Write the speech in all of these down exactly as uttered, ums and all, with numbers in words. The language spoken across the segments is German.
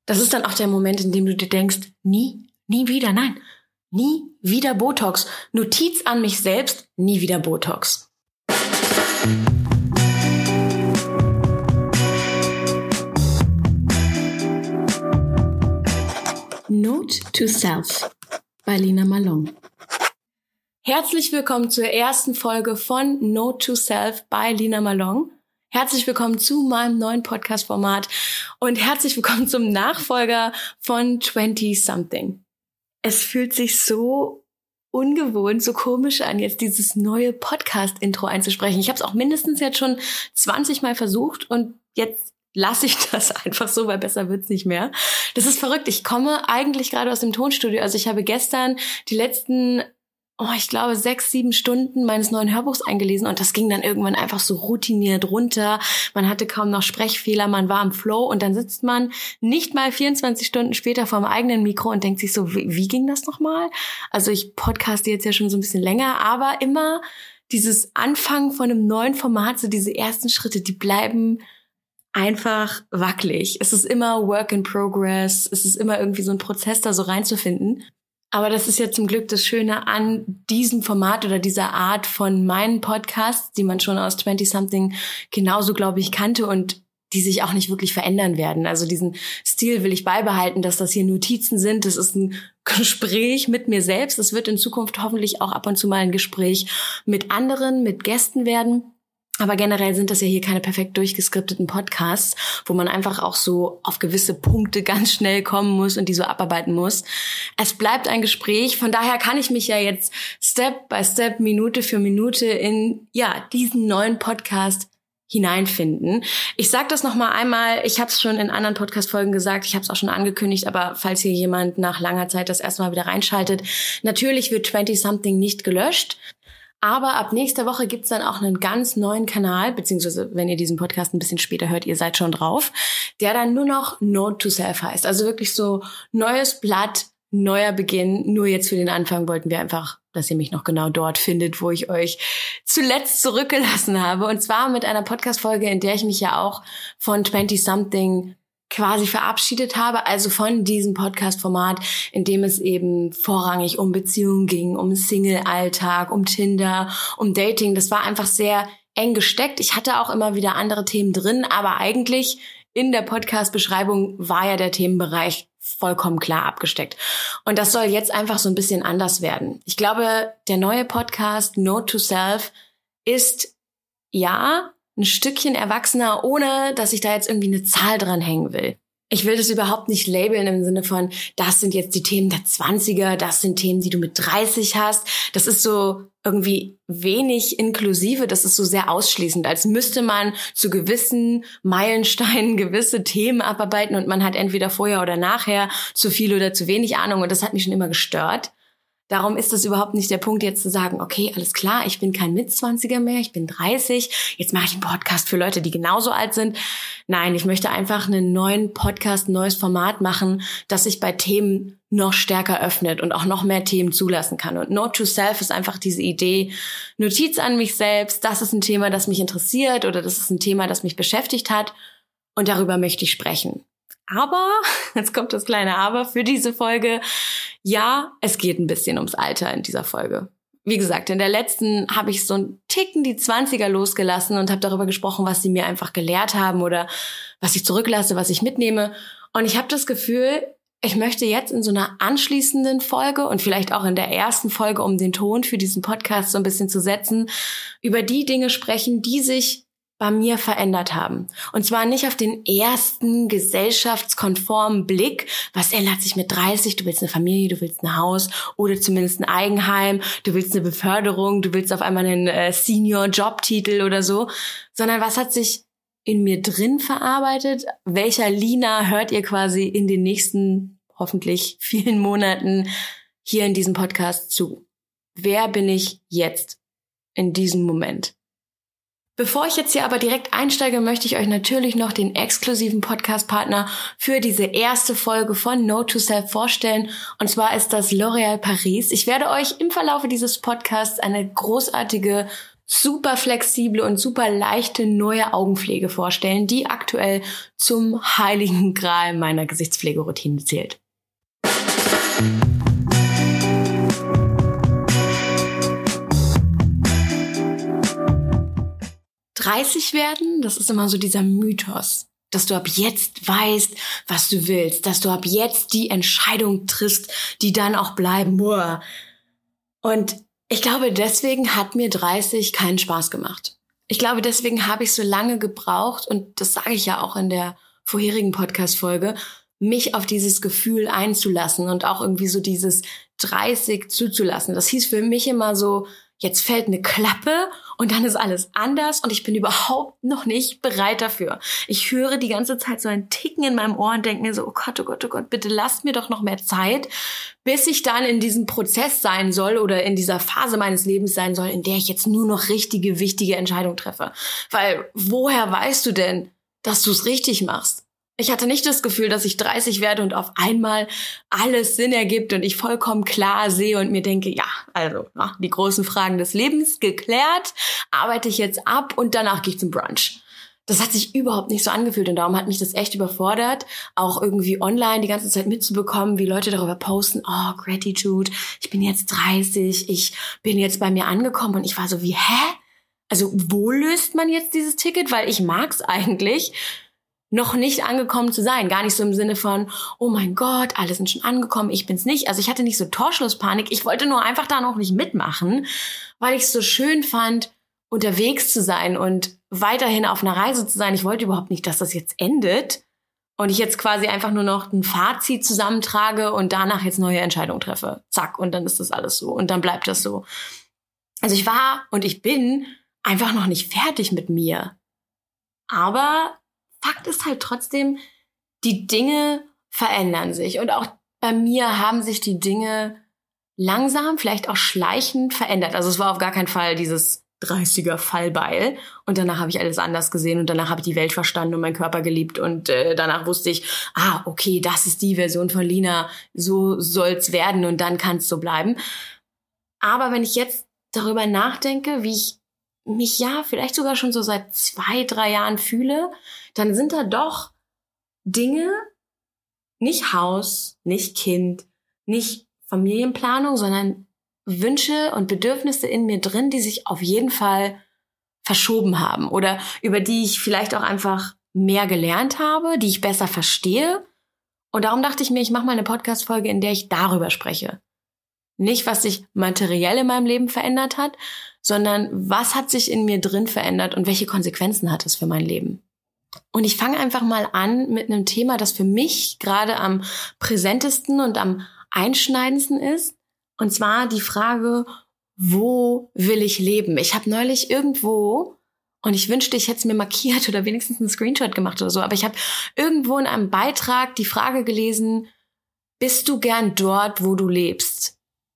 Das ist dann auch der Moment, in dem du dir denkst, nie, nie wieder, nein, nie wieder Botox. Notiz an mich selbst, nie wieder Botox. Note to Self bei Lina Malone. Herzlich willkommen zur ersten Folge von Note to Self bei Lina Malone. Herzlich willkommen zu meinem neuen Podcast-Format und herzlich willkommen zum Nachfolger von zwanzig Something. Es fühlt sich so ungewohnt, so komisch an, jetzt dieses neue Podcast-Intro einzusprechen. Ich habe es auch mindestens jetzt schon zwanzig Mal versucht und jetzt lasse ich das einfach so, weil besser wird's nicht mehr. Das ist verrückt. Ich komme eigentlich gerade aus dem Tonstudio. Also ich habe gestern die letzten Oh, ich glaube, sechs, sieben Stunden meines neuen Hörbuchs eingelesen und das ging dann irgendwann einfach so routiniert runter. Man hatte kaum noch Sprechfehler, man war im Flow und dann sitzt man nicht mal vierundzwanzig Stunden später vor dem eigenen Mikro und denkt sich so, wie, wie ging das nochmal? Also ich podcaste jetzt ja schon so ein bisschen länger, aber immer dieses Anfangen von einem neuen Format, so diese ersten Schritte, die bleiben einfach wackelig. Es ist immer Work in Progress, es ist immer irgendwie so ein Prozess, da so reinzufinden. Aber das ist ja zum Glück das Schöne an diesem Format oder dieser Art von meinen Podcasts, die man schon aus zwanzig Something genauso, glaube ich, kannte und die sich auch nicht wirklich verändern werden. Also diesen Stil will ich beibehalten, dass das hier Notizen sind. Das ist ein Gespräch mit mir selbst. Es wird in Zukunft hoffentlich auch ab und zu mal ein Gespräch mit anderen, mit Gästen werden. Aber generell sind das ja hier keine perfekt durchgeskripteten Podcasts, wo man einfach auch so auf gewisse Punkte ganz schnell kommen muss und die so abarbeiten muss. Es bleibt ein Gespräch, von daher kann ich mich ja jetzt Step by Step, Minute für Minute in ja diesen neuen Podcast hineinfinden. Ich sage das nochmal einmal, ich habe es schon in anderen Podcast-Folgen gesagt, ich habe es auch schon angekündigt, aber falls hier jemand nach langer Zeit das erste Mal wieder reinschaltet, natürlich wird zwanzig Something nicht gelöscht. Aber ab nächster Woche gibt's dann auch einen ganz neuen Kanal, beziehungsweise wenn ihr diesen Podcast ein bisschen später hört, ihr seid schon drauf, der dann nur noch Note to Self heißt. Also wirklich so neues Blatt, neuer Beginn. Nur jetzt für den Anfang wollten wir einfach, dass ihr mich noch genau dort findet, wo ich euch zuletzt zurückgelassen habe. Und zwar mit einer Podcast-Folge, in der ich mich ja auch von zwanzig Something quasi verabschiedet habe, also von diesem Podcast-Format, in dem es eben vorrangig um Beziehungen ging, um Single-Alltag, um Tinder, um Dating. Das war einfach sehr eng gesteckt. Ich hatte auch immer wieder andere Themen drin, aber eigentlich in der Podcast-Beschreibung war ja der Themenbereich vollkommen klar abgesteckt. Und das soll jetzt einfach so ein bisschen anders werden. Ich glaube, der neue Podcast Note to Self ist, ja, ein Stückchen erwachsener, ohne dass ich da jetzt irgendwie eine Zahl dran hängen will. Ich will das überhaupt nicht labeln im Sinne von, das sind jetzt die Themen der Zwanziger, das sind Themen, die du mit dreißig hast. Das ist so irgendwie wenig inklusive, das ist so sehr ausschließend, als müsste man zu gewissen Meilensteinen gewisse Themen abarbeiten und man hat entweder vorher oder nachher zu viel oder zu wenig Ahnung und das hat mich schon immer gestört. Darum ist das überhaupt nicht der Punkt, jetzt zu sagen, okay, alles klar, ich bin kein Mitzwanziger mehr, ich bin dreißig, jetzt mache ich einen Podcast für Leute, die genauso alt sind. Nein, ich möchte einfach einen neuen Podcast, ein neues Format machen, das sich bei Themen noch stärker öffnet und auch noch mehr Themen zulassen kann. Und Note to Self ist einfach diese Idee, Notiz an mich selbst, das ist ein Thema, das mich interessiert oder das ist ein Thema, das mich beschäftigt hat und darüber möchte ich sprechen. Aber, jetzt kommt das kleine Aber für diese Folge, ja, es geht ein bisschen ums Alter in dieser Folge. Wie gesagt, in der letzten habe ich so einen Ticken die Zwanziger losgelassen und habe darüber gesprochen, was sie mir einfach gelehrt haben oder was ich zurücklasse, was ich mitnehme. Und ich habe das Gefühl, ich möchte jetzt in so einer anschließenden Folge und vielleicht auch in der ersten Folge, um den Ton für diesen Podcast so ein bisschen zu setzen, über die Dinge sprechen, die sich bei mir verändert haben. Und zwar nicht auf den ersten gesellschaftskonformen Blick, was ändert sich mit dreißig, du willst eine Familie, du willst ein Haus oder zumindest ein Eigenheim, du willst eine Beförderung, du willst auf einmal einen äh, Senior-Jobtitel oder so, sondern was hat sich in mir drin verarbeitet? Welcher Lina hört ihr quasi in den nächsten, hoffentlich vielen Monaten hier in diesem Podcast zu? Wer bin ich jetzt in diesem Moment? Bevor ich jetzt hier aber direkt einsteige, möchte ich euch natürlich noch den exklusiven Podcast-Partner für diese erste Folge von Note to Self vorstellen. Und zwar ist das L'Oréal Paris. Ich werde euch im Verlaufe dieses Podcasts eine großartige super flexible und super leichte neue Augenpflege vorstellen, die aktuell zum heiligen Gral meiner Gesichtspflegeroutine zählt. dreißig werden, das ist immer so dieser Mythos, dass du ab jetzt weißt, was du willst, dass du ab jetzt die Entscheidung triffst, die dann auch bleiben. Boah. Und ich glaube, deswegen hat mir dreißig keinen Spaß gemacht. Ich glaube, deswegen habe ich so lange gebraucht, und das sage ich ja auch in der vorherigen Podcast-Folge, mich auf dieses Gefühl einzulassen und auch irgendwie so dieses dreißig zuzulassen. Das hieß für mich immer so, jetzt fällt eine Klappe und dann ist alles anders und ich bin überhaupt noch nicht bereit dafür. Ich höre die ganze Zeit so ein Ticken in meinem Ohr und denke mir so, oh Gott, oh Gott, oh Gott, bitte lasst mir doch noch mehr Zeit, bis ich dann in diesem Prozess sein soll oder in dieser Phase meines Lebens sein soll, in der ich jetzt nur noch richtige, wichtige Entscheidungen treffe. Weil woher weißt du denn, dass du es richtig machst? Ich hatte nicht das Gefühl, dass ich dreißig werde und auf einmal alles Sinn ergibt und ich vollkommen klar sehe und mir denke, ja, also na, die großen Fragen des Lebens geklärt, arbeite ich jetzt ab und danach gehe ich zum Brunch. Das hat sich überhaupt nicht so angefühlt und darum hat mich das echt überfordert, auch irgendwie online die ganze Zeit mitzubekommen, wie Leute darüber posten, oh, Gratitude, ich bin jetzt dreißig, ich bin jetzt bei mir angekommen und ich war so wie, hä? Also wo löst man jetzt dieses Ticket? Weil ich mag's eigentlich, noch nicht angekommen zu sein. Gar nicht so im Sinne von, oh mein Gott, alle sind schon angekommen, ich bin's nicht. Also ich hatte nicht so Torschlusspanik. Ich wollte nur einfach da noch nicht mitmachen, weil ich es so schön fand, unterwegs zu sein und weiterhin auf einer Reise zu sein. Ich wollte überhaupt nicht, dass das jetzt endet und ich jetzt quasi einfach nur noch ein Fazit zusammentrage und danach jetzt neue Entscheidungen treffe. Zack, und dann ist das alles so und dann bleibt das so. Also ich war und ich bin einfach noch nicht fertig mit mir. Aber Fakt ist halt trotzdem, die Dinge verändern sich. Und auch bei mir haben sich die Dinge langsam, vielleicht auch schleichend verändert. Also es war auf gar keinen Fall dieses dreißiger Fallbeil. Und danach habe ich alles anders gesehen und danach habe ich die Welt verstanden und meinen Körper geliebt. Und äh, danach wusste ich, ah, okay, das ist die Version von Lina, so soll's werden und dann kann's so bleiben. Aber wenn ich jetzt darüber nachdenke, wie ich mich ja vielleicht sogar schon so seit zwei, drei Jahren fühle, dann sind da doch Dinge, nicht Haus, nicht Kind, nicht Familienplanung, sondern Wünsche und Bedürfnisse in mir drin, die sich auf jeden Fall verschoben haben oder über die ich vielleicht auch einfach mehr gelernt habe, die ich besser verstehe. Und darum dachte ich mir, ich mache mal eine Podcast-Folge, in der ich darüber spreche. Nicht, was sich materiell in meinem Leben verändert hat, sondern was hat sich in mir drin verändert und welche Konsequenzen hat es für mein Leben. Und ich fange einfach mal an mit einem Thema, das für mich gerade am präsentesten und am einschneidendsten ist. Und zwar die Frage, wo will ich leben? Ich habe neulich irgendwo, und ich wünschte, ich hätte es mir markiert oder wenigstens einen Screenshot gemacht oder so, aber ich habe irgendwo in einem Beitrag die Frage gelesen, bist du gern dort, wo du lebst?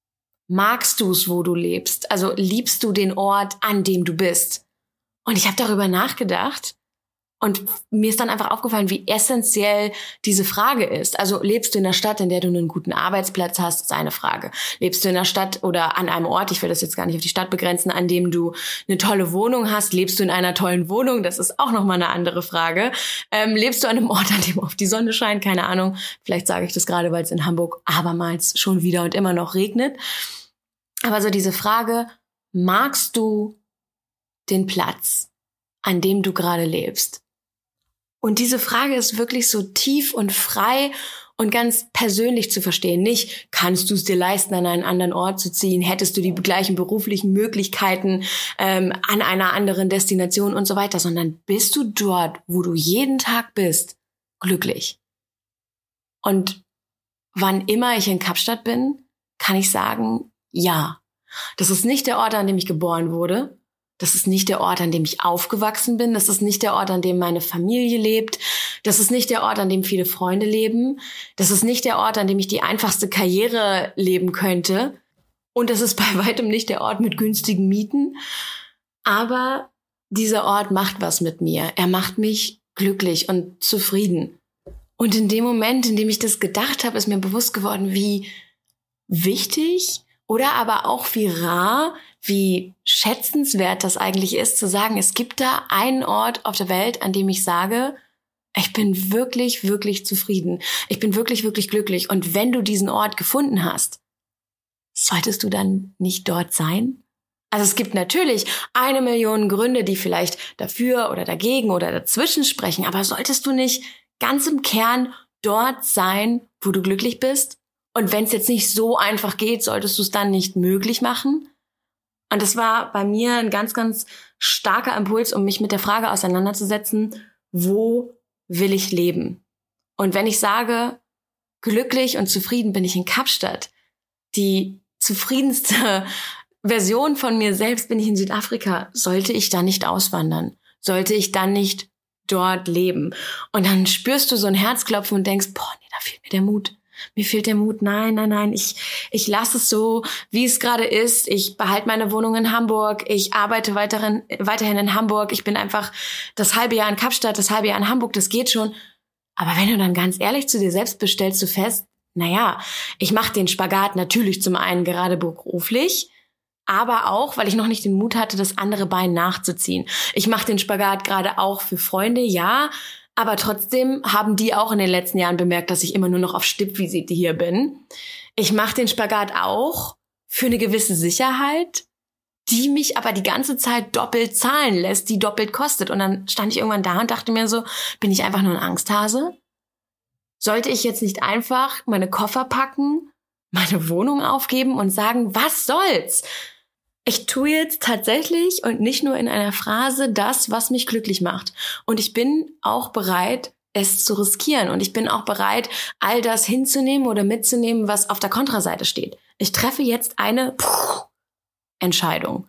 Magst du es, wo du lebst? Also liebst du den Ort, an dem du bist? Und ich habe darüber nachgedacht und mir ist dann einfach aufgefallen, wie essentiell diese Frage ist. Also lebst du in einer Stadt, in der du einen guten Arbeitsplatz hast, ist eine Frage. Lebst du in einer Stadt oder an einem Ort, ich will das jetzt gar nicht auf die Stadt begrenzen, an dem du eine tolle Wohnung hast? Lebst du in einer tollen Wohnung? Das ist auch nochmal eine andere Frage. Ähm, lebst du an einem Ort, an dem oft die Sonne scheint? Keine Ahnung. Vielleicht sage ich das gerade, weil es in Hamburg abermals schon wieder und immer noch regnet. Aber so diese Frage, magst du den Platz, an dem du gerade lebst? Und diese Frage ist wirklich so tief und frei und ganz persönlich zu verstehen. Nicht, kannst du es dir leisten, an einen anderen Ort zu ziehen? Hättest du die gleichen beruflichen Möglichkeiten ähm, an einer anderen Destination und so weiter? Sondern bist du dort, wo du jeden Tag bist, glücklich? Und wann immer ich in Kapstadt bin, kann ich sagen, ja, das ist nicht der Ort, an dem ich geboren wurde. Das ist nicht der Ort, an dem ich aufgewachsen bin. Das ist nicht der Ort, an dem meine Familie lebt. Das ist nicht der Ort, an dem viele Freunde leben. Das ist nicht der Ort, an dem ich die einfachste Karriere leben könnte. Und das ist bei weitem nicht der Ort mit günstigen Mieten. Aber dieser Ort macht was mit mir. Er macht mich glücklich und zufrieden. Und in dem Moment, in dem ich das gedacht habe, ist mir bewusst geworden, wie wichtig oder aber auch wie rar wie schätzenswert das eigentlich ist, zu sagen, es gibt da einen Ort auf der Welt, an dem ich sage, ich bin wirklich, wirklich zufrieden. Ich bin wirklich, wirklich glücklich. Und wenn du diesen Ort gefunden hast, solltest du dann nicht dort sein? Also es gibt natürlich eine Million Gründe, die vielleicht dafür oder dagegen oder dazwischen sprechen, aber solltest du nicht ganz im Kern dort sein, wo du glücklich bist? Und wenn es jetzt nicht so einfach geht, solltest du es dann nicht möglich machen? Und das war bei mir ein ganz, ganz starker Impuls, um mich mit der Frage auseinanderzusetzen, wo will ich leben? Und wenn ich sage, glücklich und zufrieden bin ich in Kapstadt, die zufriedenste Version von mir selbst bin ich in Südafrika, sollte ich dann nicht auswandern? Sollte ich dann nicht dort leben? Und dann spürst du so ein Herzklopfen und denkst, boah, nee, da fehlt mir der Mut. Mir fehlt der Mut. Nein, nein, nein, ich ich lasse es so, wie es gerade ist. Ich behalte meine Wohnung in Hamburg. Ich arbeite weiterhin, weiterhin in Hamburg. Ich bin einfach das halbe Jahr in Kapstadt, das halbe Jahr in Hamburg. Das geht schon. Aber wenn du dann ganz ehrlich zu dir selbst bist, stellst du fest, naja, ich mache den Spagat natürlich zum einen gerade beruflich, aber auch, weil ich noch nicht den Mut hatte, das andere Bein nachzuziehen. Ich mache den Spagat gerade auch für Freunde, ja, aber trotzdem haben die auch in den letzten Jahren bemerkt, dass ich immer nur noch auf Stippvisite hier bin. Ich mache den Spagat auch für eine gewisse Sicherheit, die mich aber die ganze Zeit doppelt zahlen lässt, die doppelt kostet. Und dann stand ich irgendwann da und dachte mir so, bin ich einfach nur ein Angsthase? Sollte ich jetzt nicht einfach meine Koffer packen, meine Wohnung aufgeben und sagen, was soll's? Ich tue jetzt tatsächlich und nicht nur in einer Phrase das, was mich glücklich macht. Und ich bin auch bereit, es zu riskieren. Und ich bin auch bereit, all das hinzunehmen oder mitzunehmen, was auf der Kontraseite steht. Ich treffe jetzt eine Puh, Entscheidung.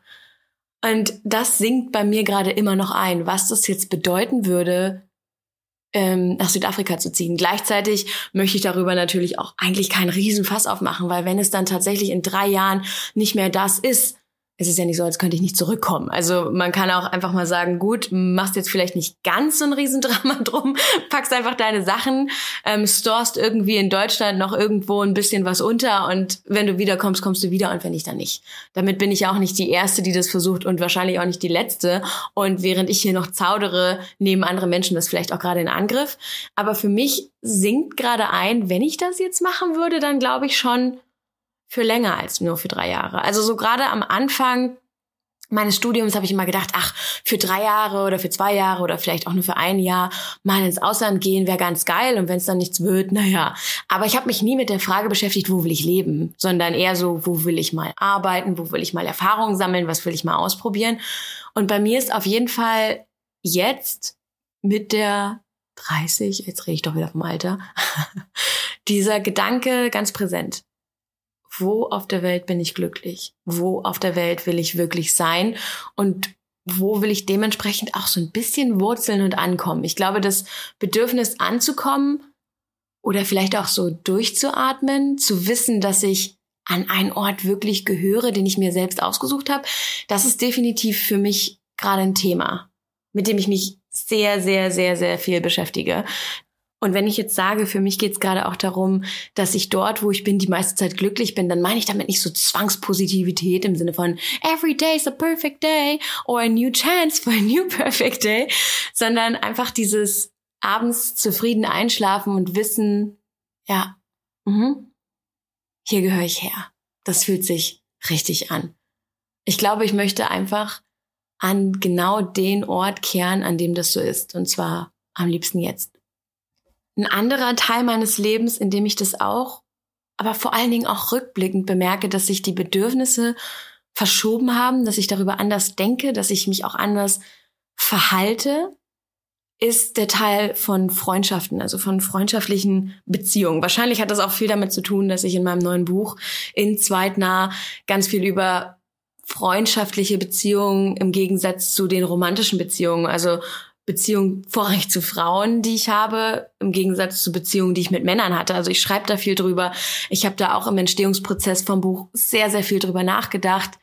Und das sinkt bei mir gerade immer noch ein, was das jetzt bedeuten würde, ähm, nach Südafrika zu ziehen. Gleichzeitig möchte ich darüber natürlich auch eigentlich keinen Riesenfass aufmachen, weil wenn es dann tatsächlich in drei Jahren nicht mehr das ist, es ist ja nicht so, als könnte ich nicht zurückkommen. Also man kann auch einfach mal sagen, gut, machst jetzt vielleicht nicht ganz so ein Riesendrama drum, packst einfach deine Sachen, ähm, storest irgendwie in Deutschland noch irgendwo ein bisschen was unter und wenn du wiederkommst, kommst du wieder und wenn nicht, dann nicht. Damit bin ich ja auch nicht die Erste, die das versucht und wahrscheinlich auch nicht die Letzte. Und während ich hier noch zaudere, nehmen andere Menschen das vielleicht auch gerade in Angriff. Aber für mich sinkt gerade ein, wenn ich das jetzt machen würde, dann glaube ich schon, für länger als nur für drei Jahre. Also so gerade am Anfang meines Studiums habe ich immer gedacht, ach, für drei Jahre oder für zwei Jahre oder vielleicht auch nur für ein Jahr mal ins Ausland gehen wäre ganz geil und wenn es dann nichts wird, naja. Aber ich habe mich nie mit der Frage beschäftigt, wo will ich leben, sondern eher so, wo will ich mal arbeiten, wo will ich mal Erfahrungen sammeln, was will ich mal ausprobieren. Und bei mir ist auf jeden Fall jetzt mit der dreißig, jetzt rede ich doch wieder vom Alter, dieser Gedanke ganz präsent. Wo auf der Welt bin ich glücklich? Wo auf der Welt will ich wirklich sein? Und wo will ich dementsprechend auch so ein bisschen wurzeln und ankommen? Ich glaube, das Bedürfnis anzukommen oder vielleicht auch so durchzuatmen, zu wissen, dass ich an einen Ort wirklich gehöre, den ich mir selbst ausgesucht habe, das ist definitiv für mich gerade ein Thema, mit dem ich mich sehr, sehr, sehr, sehr viel beschäftige. Und wenn ich jetzt sage, für mich geht es gerade auch darum, dass ich dort, wo ich bin, die meiste Zeit glücklich bin, dann meine ich damit nicht so Zwangspositivität im Sinne von every day is a perfect day or a new chance for a new perfect day, sondern einfach dieses abends zufrieden einschlafen und wissen, ja, mh, hier gehöre ich her. Das fühlt sich richtig an. Ich glaube, ich möchte einfach an genau den Ort kehren, an dem das so ist. Und zwar am liebsten jetzt. Ein anderer Teil meines Lebens, in dem ich das auch, aber vor allen Dingen auch rückblickend bemerke, dass sich die Bedürfnisse verschoben haben, dass ich darüber anders denke, dass ich mich auch anders verhalte, ist der Teil von Freundschaften, also von freundschaftlichen Beziehungen. Wahrscheinlich hat das auch viel damit zu tun, dass ich in meinem neuen Buch in Zweitnah ganz viel über freundschaftliche Beziehungen im Gegensatz zu den romantischen Beziehungen, also Beziehungen vorrangig zu Frauen, die ich habe, im Gegensatz zu Beziehungen, die ich mit Männern hatte. Also ich schreibe da viel drüber. Ich habe da auch im Entstehungsprozess vom Buch sehr, sehr viel drüber nachgedacht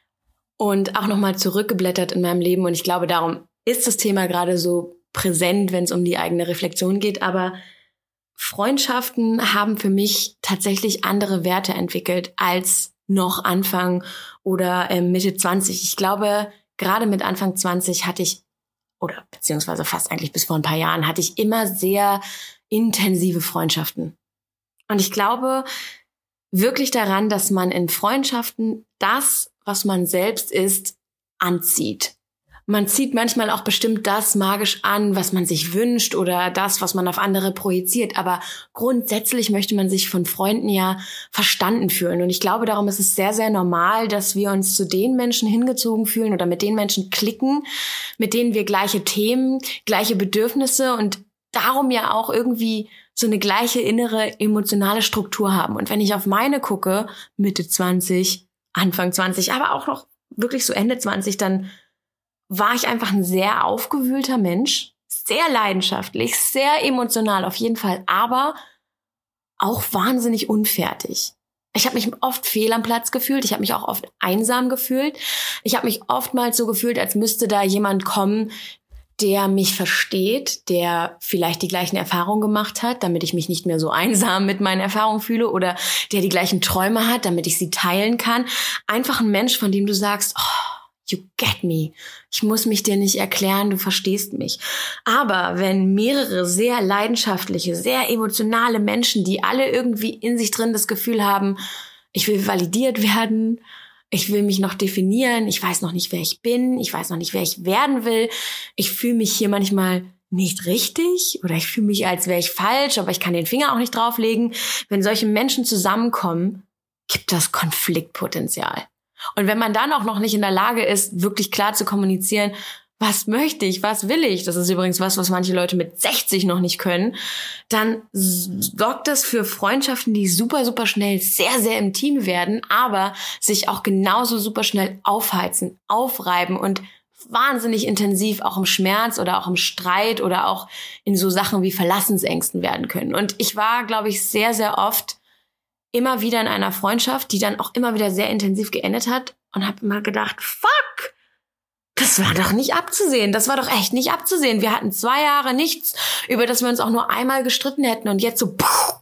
und auch nochmal zurückgeblättert in meinem Leben. Und ich glaube, darum ist das Thema gerade so präsent, wenn es um die eigene Reflexion geht. Aber Freundschaften haben für mich tatsächlich andere Werte entwickelt als noch Anfang oder äh, Mitte zwanzig. Ich glaube, gerade mit Anfang zwanzig hatte ich, oder beziehungsweise fast eigentlich bis vor ein paar Jahren, hatte ich immer sehr intensive Freundschaften. Und ich glaube wirklich daran, dass man in Freundschaften das, was man selbst ist, anzieht. Man zieht manchmal auch bestimmt das magisch an, was man sich wünscht oder das, was man auf andere projiziert. Aber grundsätzlich möchte man sich von Freunden ja verstanden fühlen. Und ich glaube, darum ist es sehr, sehr normal, dass wir uns zu den Menschen hingezogen fühlen oder mit den Menschen klicken, mit denen wir gleiche Themen, gleiche Bedürfnisse und darum ja auch irgendwie so eine gleiche innere emotionale Struktur haben. Und wenn ich auf meine gucke, Mitte zwanzig, Anfang zwanzig, aber auch noch wirklich so Ende zwanzig, dann war ich einfach ein sehr aufgewühlter Mensch, sehr leidenschaftlich, sehr emotional auf jeden Fall, aber auch wahnsinnig unfertig. Ich habe mich oft fehl am Platz gefühlt, ich habe mich auch oft einsam gefühlt. Ich habe mich oftmals so gefühlt, als müsste da jemand kommen, der mich versteht, der vielleicht die gleichen Erfahrungen gemacht hat, damit ich mich nicht mehr so einsam mit meinen Erfahrungen fühle, oder der die gleichen Träume hat, damit ich sie teilen kann. Einfach ein Mensch, von dem du sagst, oh, you get me. Ich muss mich dir nicht erklären, du verstehst mich. Aber wenn mehrere sehr leidenschaftliche, sehr emotionale Menschen, die alle irgendwie in sich drin das Gefühl haben, ich will validiert werden, ich will mich noch definieren, ich weiß noch nicht, wer ich bin, ich weiß noch nicht, wer ich werden will, ich fühle mich hier manchmal nicht richtig oder ich fühle mich, als wäre ich falsch, aber ich kann den Finger auch nicht drauflegen. Wenn solche Menschen zusammenkommen, gibt das Konfliktpotenzial. Und wenn man dann auch noch nicht in der Lage ist, wirklich klar zu kommunizieren, was möchte ich, was will ich, das ist übrigens was, was manche Leute mit sechzig noch nicht können, dann sorgt das für Freundschaften, die super, super schnell sehr, sehr im Team werden, aber sich auch genauso super schnell aufheizen, aufreiben und wahnsinnig intensiv auch im Schmerz oder auch im Streit oder auch in so Sachen wie Verlassensängsten werden können. Und ich war, glaube ich, sehr, sehr oft immer wieder in einer Freundschaft, die dann auch immer wieder sehr intensiv geendet hat und habe immer gedacht, fuck, das war doch nicht abzusehen, das war doch echt nicht abzusehen. Wir hatten zwei Jahre nichts, über das wir uns auch nur einmal gestritten hätten und jetzt so puh,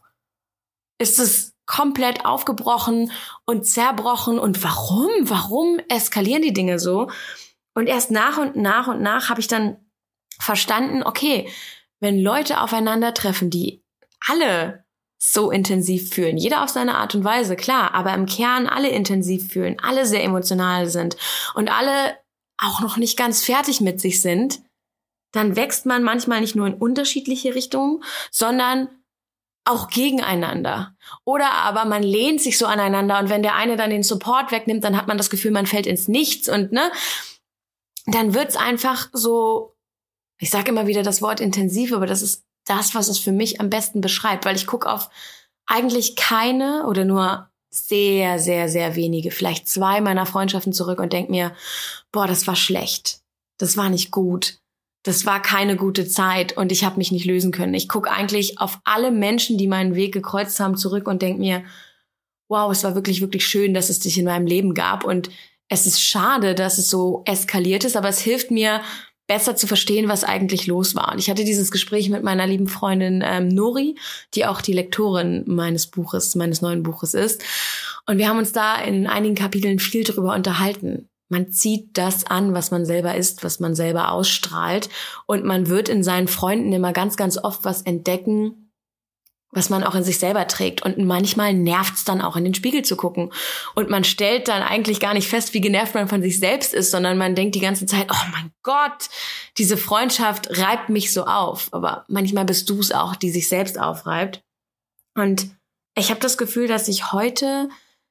ist es komplett aufgebrochen und zerbrochen. Und warum? Warum eskalieren die Dinge so? Und erst nach und nach und nach habe ich dann verstanden, okay, wenn Leute aufeinandertreffen, die alle so intensiv fühlen, jeder auf seine Art und Weise, klar, aber im Kern alle intensiv fühlen, alle sehr emotional sind und alle auch noch nicht ganz fertig mit sich sind, dann wächst man manchmal nicht nur in unterschiedliche Richtungen, sondern auch gegeneinander. Oder aber man lehnt sich so aneinander und wenn der eine dann den Support wegnimmt, dann hat man das Gefühl, man fällt ins Nichts und ne, dann wird's einfach so, ich sage immer wieder das Wort intensiv, aber das ist das, was es für mich am besten beschreibt, weil ich gucke auf eigentlich keine oder nur sehr, sehr, sehr wenige, vielleicht zwei meiner Freundschaften zurück und denke mir, boah, das war schlecht, das war nicht gut, das war keine gute Zeit und ich habe mich nicht lösen können. Ich gucke eigentlich auf alle Menschen, die meinen Weg gekreuzt haben, zurück und denke mir, wow, es war wirklich, wirklich schön, dass es dich in meinem Leben gab und es ist schade, dass es so eskaliert ist, aber es hilft mir, besser zu verstehen, was eigentlich los war. Und ich hatte dieses Gespräch mit meiner lieben Freundin ähm, Nori, die auch die Lektorin meines Buches, meines neuen Buches ist. Und wir haben uns da in einigen Kapiteln viel darüber unterhalten. Man zieht das an, was man selber ist, was man selber ausstrahlt. Und man wird in seinen Freunden immer ganz, ganz oft was entdecken, was man auch in sich selber trägt. Und manchmal nervt's dann auch, in den Spiegel zu gucken. Und man stellt dann eigentlich gar nicht fest, wie genervt man von sich selbst ist, sondern man denkt die ganze Zeit, oh mein Gott, diese Freundschaft reibt mich so auf. Aber manchmal bist du's auch, die sich selbst aufreibt. Und ich habe das Gefühl, dass ich heute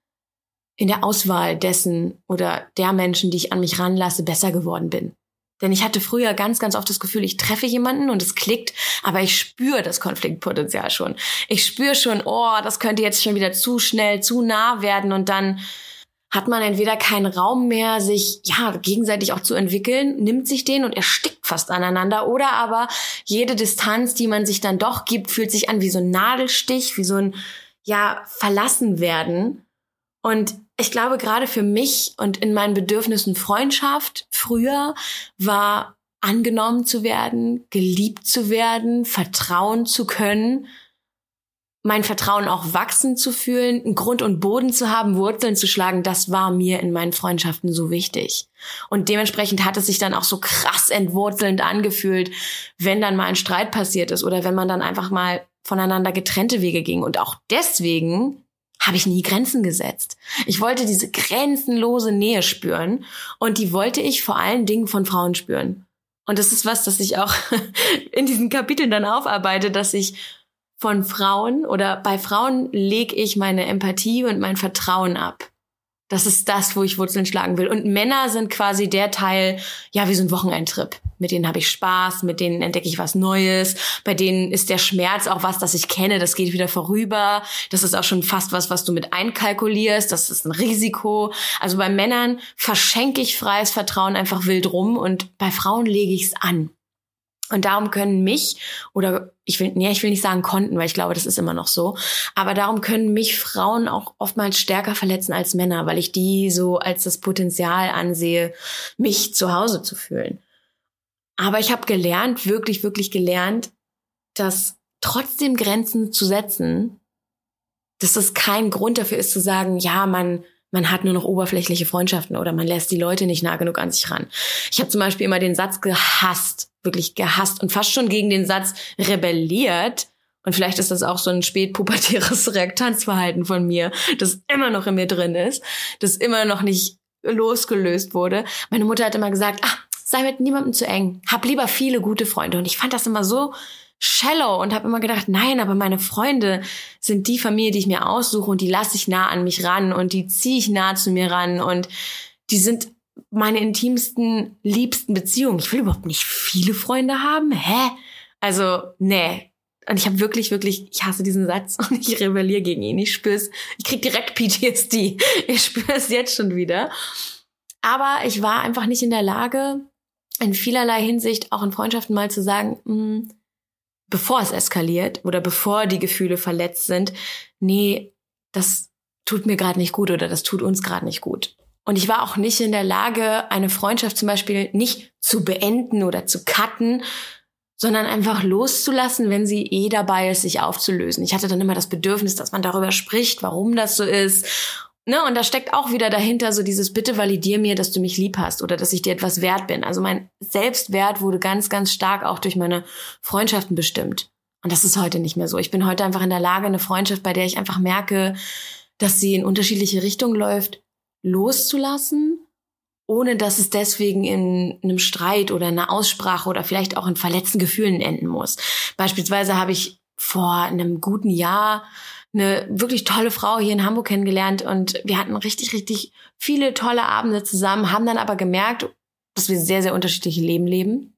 in der Auswahl dessen oder der Menschen, die ich an mich ranlasse, besser geworden bin. Denn ich hatte früher ganz, ganz oft das Gefühl, ich treffe jemanden und es klickt, aber ich spüre das Konfliktpotenzial schon. Ich spüre schon, oh, das könnte jetzt schon wieder zu schnell, zu nah werden und dann hat man entweder keinen Raum mehr, sich ja gegenseitig auch zu entwickeln, nimmt sich den und erstickt fast aneinander oder aber jede Distanz, die man sich dann doch gibt, fühlt sich an wie so ein Nadelstich, wie so ein ja verlassen werden. Und ich glaube, gerade für mich und in meinen Bedürfnissen Freundschaft früher war angenommen zu werden, geliebt zu werden, vertrauen zu können, mein Vertrauen auch wachsen zu fühlen, einen Grund und Boden zu haben, Wurzeln zu schlagen, das war mir in meinen Freundschaften so wichtig. Und dementsprechend hat es sich dann auch so krass entwurzelnd angefühlt, wenn dann mal ein Streit passiert ist oder wenn man dann einfach mal voneinander getrennte Wege ging. Und auch deswegen habe ich nie Grenzen gesetzt. Ich wollte diese grenzenlose Nähe spüren und die wollte ich vor allen Dingen von Frauen spüren. Und das ist was, das ich auch in diesen Kapiteln dann aufarbeite, dass ich von Frauen oder bei Frauen lege ich meine Empathie und mein Vertrauen ab. Das ist das, wo ich Wurzeln schlagen will. Und Männer sind quasi der Teil, ja, wie so ein Wochenendtrip. Mit denen habe ich Spaß, mit denen entdecke ich was Neues. Bei denen ist der Schmerz auch was, das ich kenne, das geht wieder vorüber. Das ist auch schon fast was, was du mit einkalkulierst. Das ist ein Risiko. Also bei Männern verschenke ich freies Vertrauen einfach wild rum und bei Frauen lege ich es an. Und darum können mich, oder ich will, nee, ich will nicht sagen konnten, weil ich glaube, das ist immer noch so, aber darum können mich Frauen auch oftmals stärker verletzen als Männer, weil ich die so als das Potenzial ansehe, mich zu Hause zu fühlen. Aber ich habe gelernt, wirklich, wirklich gelernt, dass trotzdem Grenzen zu setzen, dass das kein Grund dafür ist zu sagen, ja, man man hat nur noch oberflächliche Freundschaften oder man lässt die Leute nicht nah genug an sich ran. Ich habe zum Beispiel immer den Satz gehasst, wirklich gehasst und fast schon gegen den Satz rebelliert. Und vielleicht ist das auch so ein spätpubertäres Reaktanzverhalten von mir, das immer noch in mir drin ist, das immer noch nicht losgelöst wurde. Meine Mutter hat immer gesagt, ah, sei mit niemandem zu eng, hab lieber viele gute Freunde. Und ich fand das immer so shallow und habe immer gedacht, nein, aber meine Freunde sind die Familie, die ich mir aussuche und die lasse ich nah an mich ran und die ziehe ich nah zu mir ran und die sind meine intimsten, liebsten Beziehungen. Ich will überhaupt nicht viele Freunde haben. Hä? Also, nee. Und ich habe wirklich, wirklich, ich hasse diesen Satz und ich rebelliere gegen ihn. Ich spüre es, ich krieg direkt P T S D. Ich spüre es jetzt schon wieder. Aber ich war einfach nicht in der Lage, in vielerlei Hinsicht, auch in Freundschaften mal zu sagen, mh, bevor es eskaliert oder bevor die Gefühle verletzt sind, nee, das tut mir gerade nicht gut oder das tut uns gerade nicht gut. Und ich war auch nicht in der Lage, eine Freundschaft zum Beispiel nicht zu beenden oder zu cutten, sondern einfach loszulassen, wenn sie eh dabei ist, sich aufzulösen. Ich hatte dann immer das Bedürfnis, dass man darüber spricht, warum das so ist. Ne, und da steckt auch wieder dahinter so dieses bitte validier mir, dass du mich lieb hast oder dass ich dir etwas wert bin. Also mein Selbstwert wurde ganz, ganz stark auch durch meine Freundschaften bestimmt. Und das ist heute nicht mehr so. Ich bin heute einfach in der Lage, eine Freundschaft, bei der ich einfach merke, dass sie in unterschiedliche Richtungen läuft, loszulassen, ohne dass es deswegen in einem Streit oder einer Aussprache oder vielleicht auch in verletzten Gefühlen enden muss. Beispielsweise habe ich vor einem guten Jahr eine wirklich tolle Frau hier in Hamburg kennengelernt und wir hatten richtig, richtig viele tolle Abende zusammen, haben dann aber gemerkt, dass wir sehr, sehr unterschiedliche Leben leben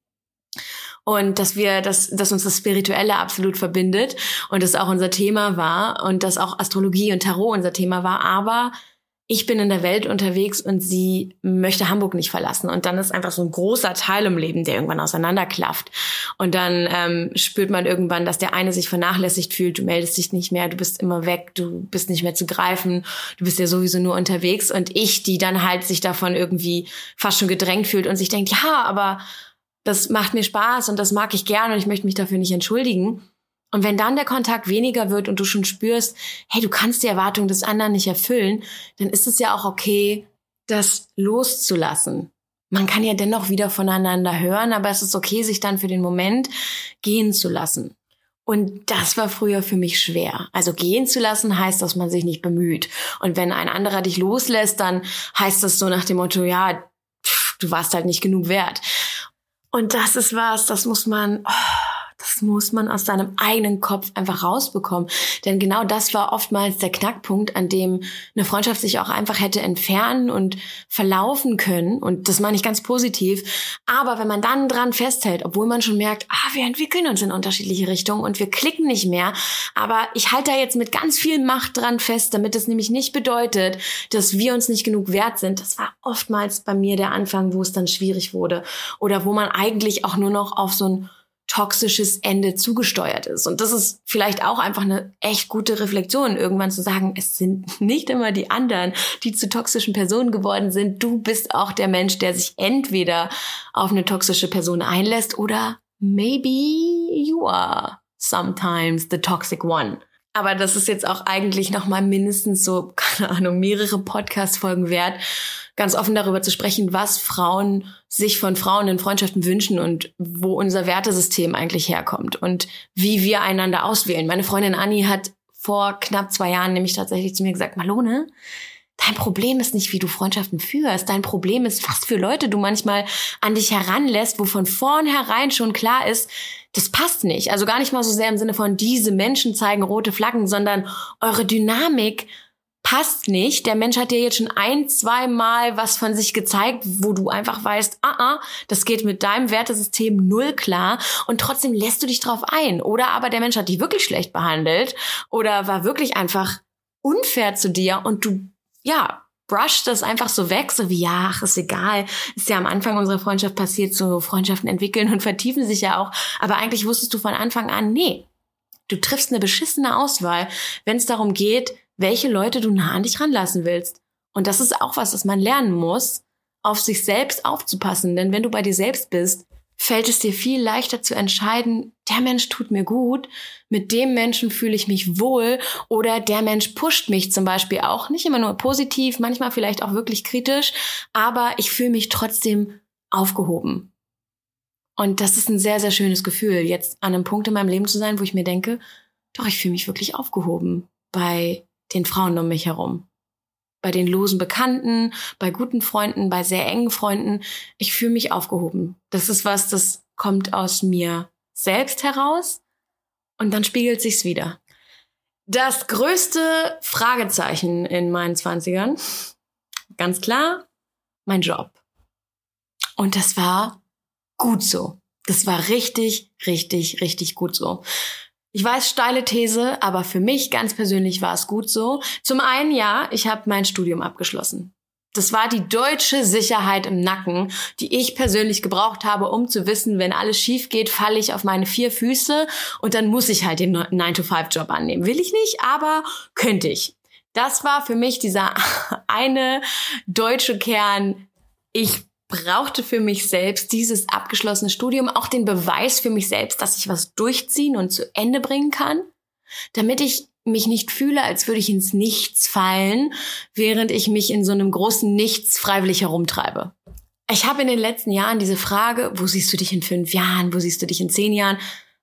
und dass wir, dass, dass uns das Spirituelle absolut verbindet und das auch unser Thema war und dass auch Astrologie und Tarot unser Thema war, aber ich bin in der Welt unterwegs und sie möchte Hamburg nicht verlassen. Und dann ist einfach so ein großer Teil im Leben, der irgendwann auseinanderklafft. Und dann ähm, spürt man irgendwann, dass der eine sich vernachlässigt fühlt. Du meldest dich nicht mehr, du bist immer weg, du bist nicht mehr zu greifen. Du bist ja sowieso nur unterwegs. Und ich, die dann halt sich davon irgendwie fast schon gedrängt fühlt und sich denkt, ja, aber das macht mir Spaß und das mag ich gerne und ich möchte mich dafür nicht entschuldigen. Und wenn dann der Kontakt weniger wird und du schon spürst, hey, du kannst die Erwartungen des anderen nicht erfüllen, dann ist es ja auch okay, das loszulassen. Man kann ja dennoch wieder voneinander hören, aber es ist okay, sich dann für den Moment gehen zu lassen. Und das war früher für mich schwer. Also gehen zu lassen heißt, dass man sich nicht bemüht. Und wenn ein anderer dich loslässt, dann heißt das so nach dem Motto, ja, pff, du warst halt nicht genug wert. Und das ist was, das muss man... Oh, Das muss man aus seinem eigenen Kopf einfach rausbekommen. Denn genau das war oftmals der Knackpunkt, an dem eine Freundschaft sich auch einfach hätte entfernen und verlaufen können. Und das meine ich ganz positiv. Aber wenn man dann dran festhält, obwohl man schon merkt, ah, wir entwickeln uns in unterschiedliche Richtungen und wir klicken nicht mehr. Aber ich halte da jetzt mit ganz viel Macht dran fest, damit es nämlich nicht bedeutet, dass wir uns nicht genug wert sind. Das war oftmals bei mir der Anfang, wo es dann schwierig wurde. Oder wo man eigentlich auch nur noch auf so ein toxisches Ende zugesteuert ist. Und das ist vielleicht auch einfach eine echt gute Reflexion, irgendwann zu sagen, es sind nicht immer die anderen, die zu toxischen Personen geworden sind. Du bist auch der Mensch, der sich entweder auf eine toxische Person einlässt oder maybe you are sometimes the toxic one. aber das ist jetzt auch eigentlich noch mal mindestens so, keine Ahnung, mehrere Podcast-Folgen wert, ganz offen darüber zu sprechen, was Frauen sich von Frauen in Freundschaften wünschen und wo unser Wertesystem eigentlich herkommt und wie wir einander auswählen. Meine Freundin Anni hat vor knapp zwei Jahren nämlich tatsächlich zu mir gesagt, Malone, dein Problem ist nicht, wie du Freundschaften führst. Dein Problem ist, was für Leute du manchmal an dich heranlässt, wo von vornherein schon klar ist, das passt nicht. Also gar nicht mal so sehr im Sinne von, diese Menschen zeigen rote Flaggen, sondern eure Dynamik passt nicht. Der Mensch hat dir jetzt schon ein, zwei Mal was von sich gezeigt, wo du einfach weißt, ah, ah, das geht mit deinem Wertesystem null klar und trotzdem lässt du dich drauf ein. Oder aber der Mensch hat dich wirklich schlecht behandelt oder war wirklich einfach unfair zu dir und du, ja, brush das einfach so weg, so wie, ja, ach, ist egal. Ist ja am Anfang unserer Freundschaft passiert, so Freundschaften entwickeln und vertiefen sich ja auch. Aber eigentlich wusstest du von Anfang an, nee, du triffst eine beschissene Auswahl, wenn es darum geht, welche Leute du nah an dich ranlassen willst. Und das ist auch was, das man lernen muss, auf sich selbst aufzupassen. Denn wenn du bei dir selbst bist, fällt es dir viel leichter zu entscheiden, der Mensch tut mir gut, mit dem Menschen fühle ich mich wohl oder der Mensch pusht mich zum Beispiel auch, nicht immer nur positiv, manchmal vielleicht auch wirklich kritisch, aber ich fühle mich trotzdem aufgehoben. Und das ist ein sehr, sehr schönes Gefühl, jetzt an einem Punkt in meinem Leben zu sein, wo ich mir denke, doch, ich fühle mich wirklich aufgehoben bei den Frauen um mich herum. Bei den losen Bekannten, bei guten Freunden, bei sehr engen Freunden. Ich fühle mich aufgehoben. Das ist was, das kommt aus mir selbst heraus und dann spiegelt sich's wieder. Das größte Fragezeichen in meinen Zwanzigern, ganz klar, mein Job. Und das war gut so. Das war richtig, richtig, richtig gut so. Ich weiß, steile These, aber für mich ganz persönlich war es gut so. Zum einen, ja, ich habe mein Studium abgeschlossen. Das war die deutsche Sicherheit im Nacken, die ich persönlich gebraucht habe, um zu wissen, wenn alles schief geht, falle ich auf meine vier Füße und dann muss ich halt den nine to five Job annehmen. Will ich nicht, aber könnte ich. Das war für mich dieser eine deutsche Kern. Ich brauchte für mich selbst dieses abgeschlossene Studium, auch den Beweis für mich selbst, dass ich was durchziehen und zu Ende bringen kann, damit ich mich nicht fühle, als würde ich ins Nichts fallen, während ich mich in so einem großen Nichts freiwillig herumtreibe. Ich habe in den letzten Jahren diese Frage, wo siehst du dich in fünf Jahren, wo siehst du dich in zehn Jahren?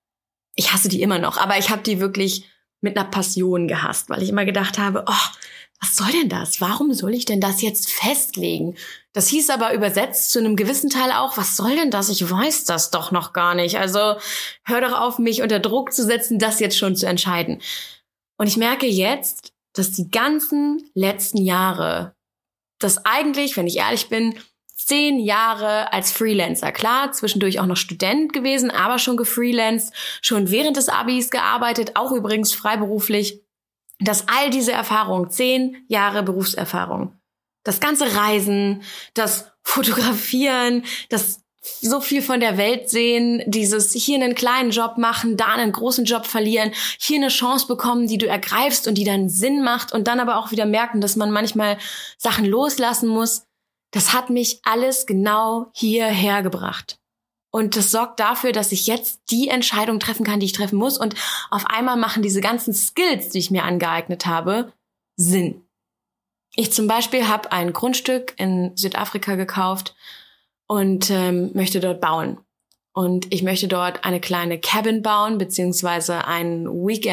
Ich hasse die immer noch, aber ich habe die wirklich mit einer Passion gehasst, weil ich immer gedacht habe, oh, was soll denn das? Warum soll ich denn das jetzt festlegen? Das hieß aber übersetzt zu einem gewissen Teil auch, was soll denn das? Ich weiß das doch noch gar nicht. Also hör doch auf, mich unter Druck zu setzen, das jetzt schon zu entscheiden. Und ich merke jetzt, dass die ganzen letzten Jahre, das eigentlich, wenn ich ehrlich bin, zehn Jahre als Freelancer, klar, zwischendurch auch noch Student gewesen, aber schon gefreelanced, schon während des Abis gearbeitet, auch übrigens freiberuflich, dass all diese Erfahrung, zehn Jahre Berufserfahrung, das ganze Reisen, das Fotografieren, das so viel von der Welt sehen, dieses hier einen kleinen Job machen, da einen großen Job verlieren, hier eine Chance bekommen, die du ergreifst und die dann Sinn macht und dann aber auch wieder merken, dass man manchmal Sachen loslassen muss, das hat mich alles genau hierher gebracht. Und das sorgt dafür, dass ich jetzt die Entscheidung treffen kann, die ich treffen muss. Und auf einmal machen diese ganzen Skills, die ich mir angeeignet habe, Sinn. Ich zum Beispiel habe ein Grundstück in Südafrika gekauft und ähm, möchte dort bauen. Und ich möchte dort eine kleine Cabin bauen, beziehungsweise ein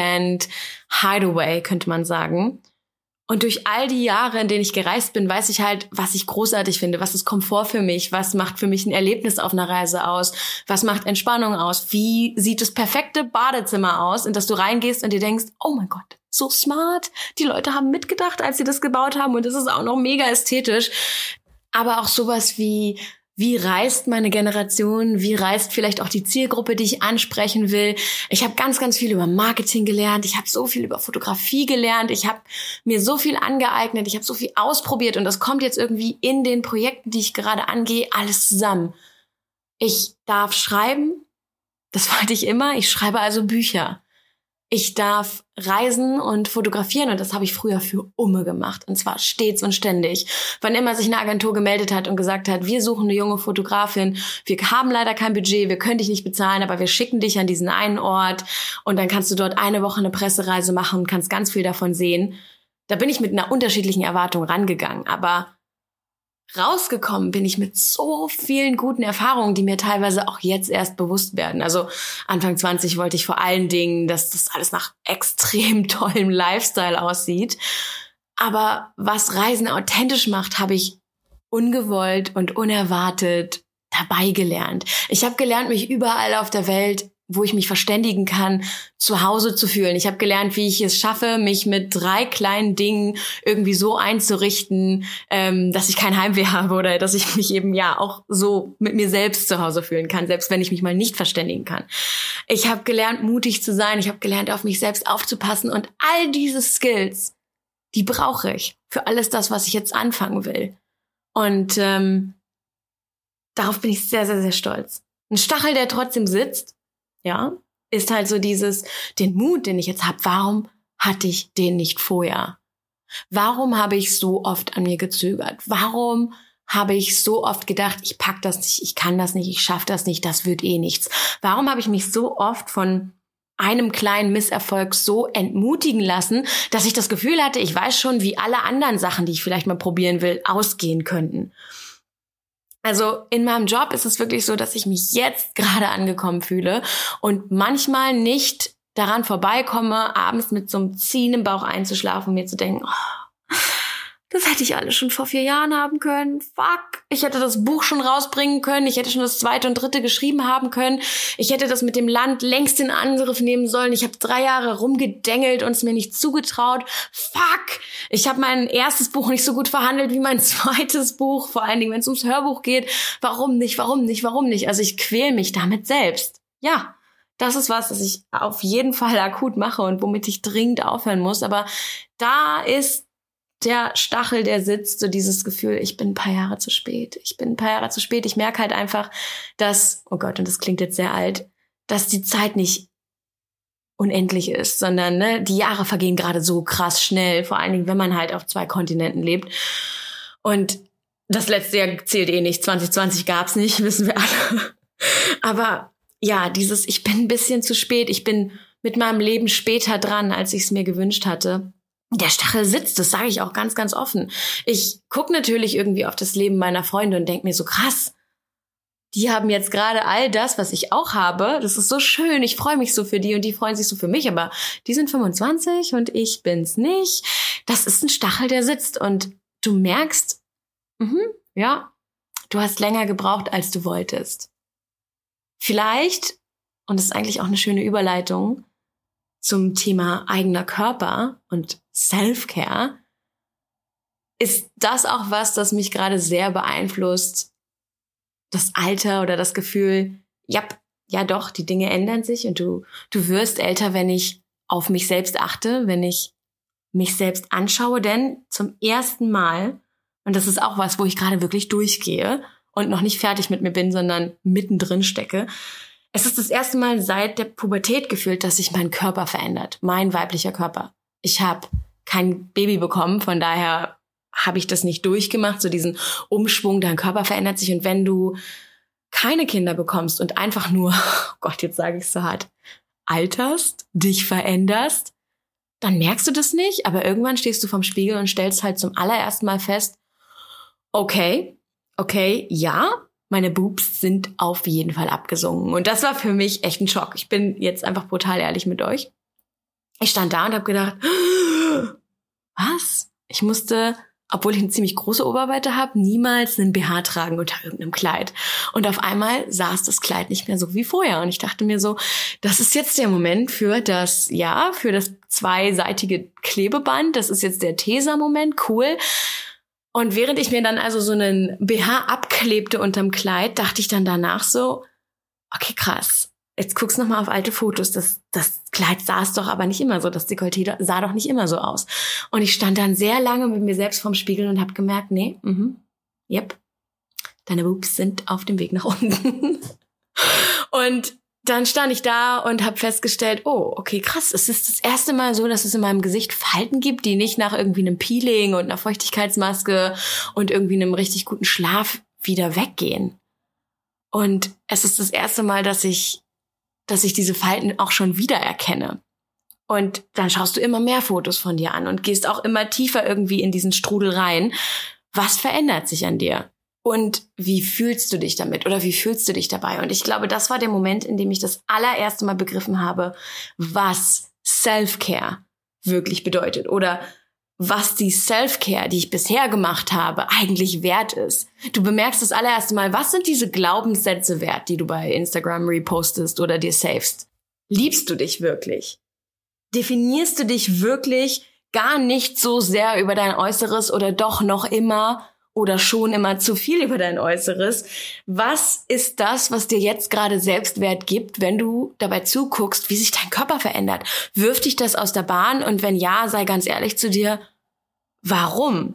Weekend-Hideaway, könnte man sagen. Und durch all die Jahre, in denen ich gereist bin, weiß ich halt, was ich großartig finde, was ist Komfort für mich, was macht für mich ein Erlebnis auf einer Reise aus, was macht Entspannung aus, wie sieht das perfekte Badezimmer aus, in das du reingehst und dir denkst, oh mein Gott, so smart, die Leute haben mitgedacht, als sie das gebaut haben und das ist auch noch mega ästhetisch. Aber auch sowas wie, wie reist meine Generation, wie reist vielleicht auch die Zielgruppe, die ich ansprechen will. Ich habe ganz, ganz viel über Marketing gelernt, ich habe so viel über Fotografie gelernt, ich habe mir so viel angeeignet, ich habe so viel ausprobiert und das kommt jetzt irgendwie in den Projekten, die ich gerade angehe, alles zusammen. Ich darf schreiben, das wollte ich immer, ich schreibe also Bücher. Ich darf reisen und fotografieren und das habe ich früher für Umme gemacht und zwar stets und ständig. Wann immer sich eine Agentur gemeldet hat und gesagt hat, wir suchen eine junge Fotografin, wir haben leider kein Budget, wir können dich nicht bezahlen, aber wir schicken dich an diesen einen Ort und dann kannst du dort eine Woche eine Pressereise machen und kannst ganz viel davon sehen. Da bin ich mit einer unterschiedlichen Erwartung rangegangen, aber rausgekommen bin ich mit so vielen guten Erfahrungen, die mir teilweise auch jetzt erst bewusst werden. Also Anfang zwanzig wollte ich vor allen Dingen, dass das alles nach extrem tollem Lifestyle aussieht. Aber was Reisen authentisch macht, habe ich ungewollt und unerwartet dabei gelernt. Ich habe gelernt, mich überall auf der Welt, wo ich mich verständigen kann, zu Hause zu fühlen. Ich habe gelernt, wie ich es schaffe, mich mit drei kleinen Dingen irgendwie so einzurichten, ähm, dass ich kein Heimweh habe oder dass ich mich eben ja auch so mit mir selbst zu Hause fühlen kann, selbst wenn ich mich mal nicht verständigen kann. Ich habe gelernt, mutig zu sein. Ich habe gelernt, auf mich selbst aufzupassen. Und all diese Skills, die brauche ich für alles das, was ich jetzt anfangen will. Und ähm, darauf bin ich sehr, sehr, sehr stolz. Ein Stachel, der trotzdem sitzt, ja, ist halt so dieses, den Mut, den ich jetzt habe, warum hatte ich den nicht vorher? Warum habe ich so oft an mir gezögert? Warum habe ich so oft gedacht, ich pack das nicht, ich kann das nicht, ich schaffe das nicht, das wird eh nichts? Warum habe ich mich so oft von einem kleinen Misserfolg so entmutigen lassen, dass ich das Gefühl hatte, ich weiß schon, wie alle anderen Sachen, die ich vielleicht mal probieren will, ausgehen könnten? Also in meinem Job ist es wirklich so, dass ich mich jetzt gerade angekommen fühle und manchmal nicht daran vorbeikomme, abends mit so einem Ziehen im Bauch einzuschlafen und mir zu denken, oh, das hätte ich alles schon vor vier Jahren haben können. Fuck, ich hätte das Buch schon rausbringen können. Ich hätte schon das zweite und dritte geschrieben haben können. Ich hätte das mit dem Land längst in Angriff nehmen sollen. Ich habe drei Jahre rumgedengelt und es mir nicht zugetraut. Fuck, ich habe mein erstes Buch nicht so gut verhandelt wie mein zweites Buch. Vor allen Dingen, wenn es ums Hörbuch geht. Warum nicht, warum nicht, warum nicht? Also ich quäl mich damit selbst. Ja, das ist was, das ich auf jeden Fall akut mache und womit ich dringend aufhören muss. Aber da ist der Stachel, der sitzt, so dieses Gefühl, ich bin ein paar Jahre zu spät. Ich bin ein paar Jahre zu spät. Ich merke halt einfach, dass, oh Gott, und das klingt jetzt sehr alt, dass die Zeit nicht unendlich ist, sondern ne, die Jahre vergehen gerade so krass schnell, vor allen Dingen, wenn man halt auf zwei Kontinenten lebt. Und das letzte Jahr zählt eh nicht. zwanzig zwanzig gab's nicht, wissen wir alle. Aber ja, dieses, ich bin ein bisschen zu spät. Ich bin mit meinem Leben später dran, als ich es mir gewünscht hatte. Der Stachel sitzt, das sage ich auch ganz, ganz offen. Ich gucke natürlich irgendwie auf das Leben meiner Freunde und denke mir so, krass, die haben jetzt gerade all das, was ich auch habe. Das ist so schön, ich freue mich so für die und die freuen sich so für mich, aber die sind fünfundzwanzig und ich bin's nicht. Das ist ein Stachel, der sitzt und du merkst, mh, ja, du hast länger gebraucht, als du wolltest. Vielleicht, und das ist eigentlich auch eine schöne Überleitung zum Thema eigener Körper und Self-Care, ist das auch was, das mich gerade sehr beeinflusst. Das Alter oder das Gefühl, ja, ja doch, die Dinge ändern sich und du, du wirst älter, wenn ich auf mich selbst achte, wenn ich mich selbst anschaue, denn zum ersten Mal, und das ist auch was, wo ich gerade wirklich durchgehe und noch nicht fertig mit mir bin, sondern mittendrin stecke, es ist das erste Mal seit der Pubertät gefühlt, dass sich mein Körper verändert, mein weiblicher Körper. Ich habe kein Baby bekommen, von daher habe ich das nicht durchgemacht, so diesen Umschwung, dein Körper verändert sich. Und wenn du keine Kinder bekommst und einfach nur, oh Gott, jetzt sage ich es so hart, alterst, dich veränderst, dann merkst du das nicht, aber irgendwann stehst du vorm Spiegel und stellst halt zum allerersten Mal fest, okay, okay, ja, meine Boobs sind auf jeden Fall abgesunken. Und das war für mich echt ein Schock. Ich bin jetzt einfach brutal ehrlich mit euch. Ich stand da und habe gedacht, was? Ich musste, obwohl ich eine ziemlich große Oberweite habe, niemals einen B H tragen unter irgendeinem Kleid. Und auf einmal saß das Kleid nicht mehr so wie vorher. Und ich dachte mir so, das ist jetzt der Moment für das, ja, für das zweiseitige Klebeband. Das ist jetzt der Tesa-Moment, cool. Und während ich mir dann also so einen B H abklebte unterm Kleid, dachte ich dann danach so, okay, krass, jetzt guckst du nochmal auf alte Fotos. Das, das Kleid saß doch aber nicht immer so, das Dekolleté sah doch nicht immer so aus. Und ich stand dann sehr lange mit mir selbst vorm Spiegel und habe gemerkt, nee, mhm, yep, deine Boobs sind auf dem Weg nach unten. Und dann stand ich da und habe festgestellt, oh, okay, krass, es ist das erste Mal so, dass es in meinem Gesicht Falten gibt, die nicht nach irgendwie einem Peeling und einer Feuchtigkeitsmaske und irgendwie einem richtig guten Schlaf wieder weggehen. Und es ist das erste Mal, dass ich, dass ich diese Falten auch schon wieder erkenne. Und dann schaust du immer mehr Fotos von dir an und gehst auch immer tiefer irgendwie in diesen Strudel rein. Was verändert sich an dir? Und wie fühlst du dich damit oder wie fühlst du dich dabei? Und ich glaube, das war der Moment, in dem ich das allererste Mal begriffen habe, was Self-Care wirklich bedeutet oder was die Self-Care, die ich bisher gemacht habe, eigentlich wert ist. Du bemerkst das allererste Mal, was sind diese Glaubenssätze wert, die du bei Instagram repostest oder dir savest? Liebst du dich wirklich? Definierst du dich wirklich gar nicht so sehr über dein Äußeres oder doch noch immer oder schon immer zu viel über dein Äußeres? Was ist das, was dir jetzt gerade Selbstwert gibt, wenn du dabei zuguckst, wie sich dein Körper verändert? Wirft dich das aus der Bahn? Und wenn ja, sei ganz ehrlich zu dir, warum?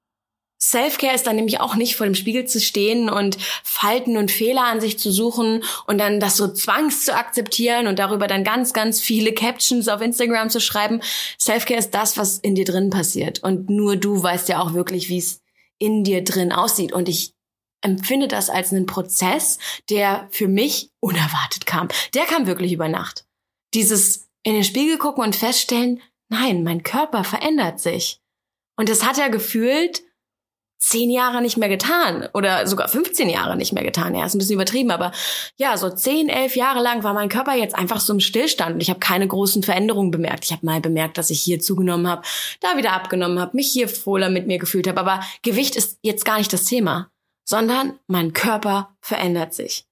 Self-Care ist dann nämlich auch nicht vor dem Spiegel zu stehen und Falten und Fehler an sich zu suchen und dann das so zwangs zu akzeptieren und darüber dann ganz, ganz viele Captions auf Instagram zu schreiben. Self-Care ist das, was in dir drin passiert. Und nur du weißt ja auch wirklich, wie es in dir drin aussieht. Und ich empfinde das als einen Prozess, der für mich unerwartet kam. Der kam wirklich über Nacht. Dieses in den Spiegel gucken und feststellen, nein, mein Körper verändert sich. Und das hat er gefühlt zehn Jahre nicht mehr getan oder sogar fünfzehn Jahre nicht mehr getan. Ja, ist ein bisschen übertrieben, aber ja, so zehn, elf Jahre lang war mein Körper jetzt einfach so im Stillstand und ich habe keine großen Veränderungen bemerkt. Ich habe mal bemerkt, dass ich hier zugenommen habe, da wieder abgenommen habe, mich hier wohler mit mir gefühlt habe, aber Gewicht ist jetzt gar nicht das Thema, sondern mein Körper verändert sich.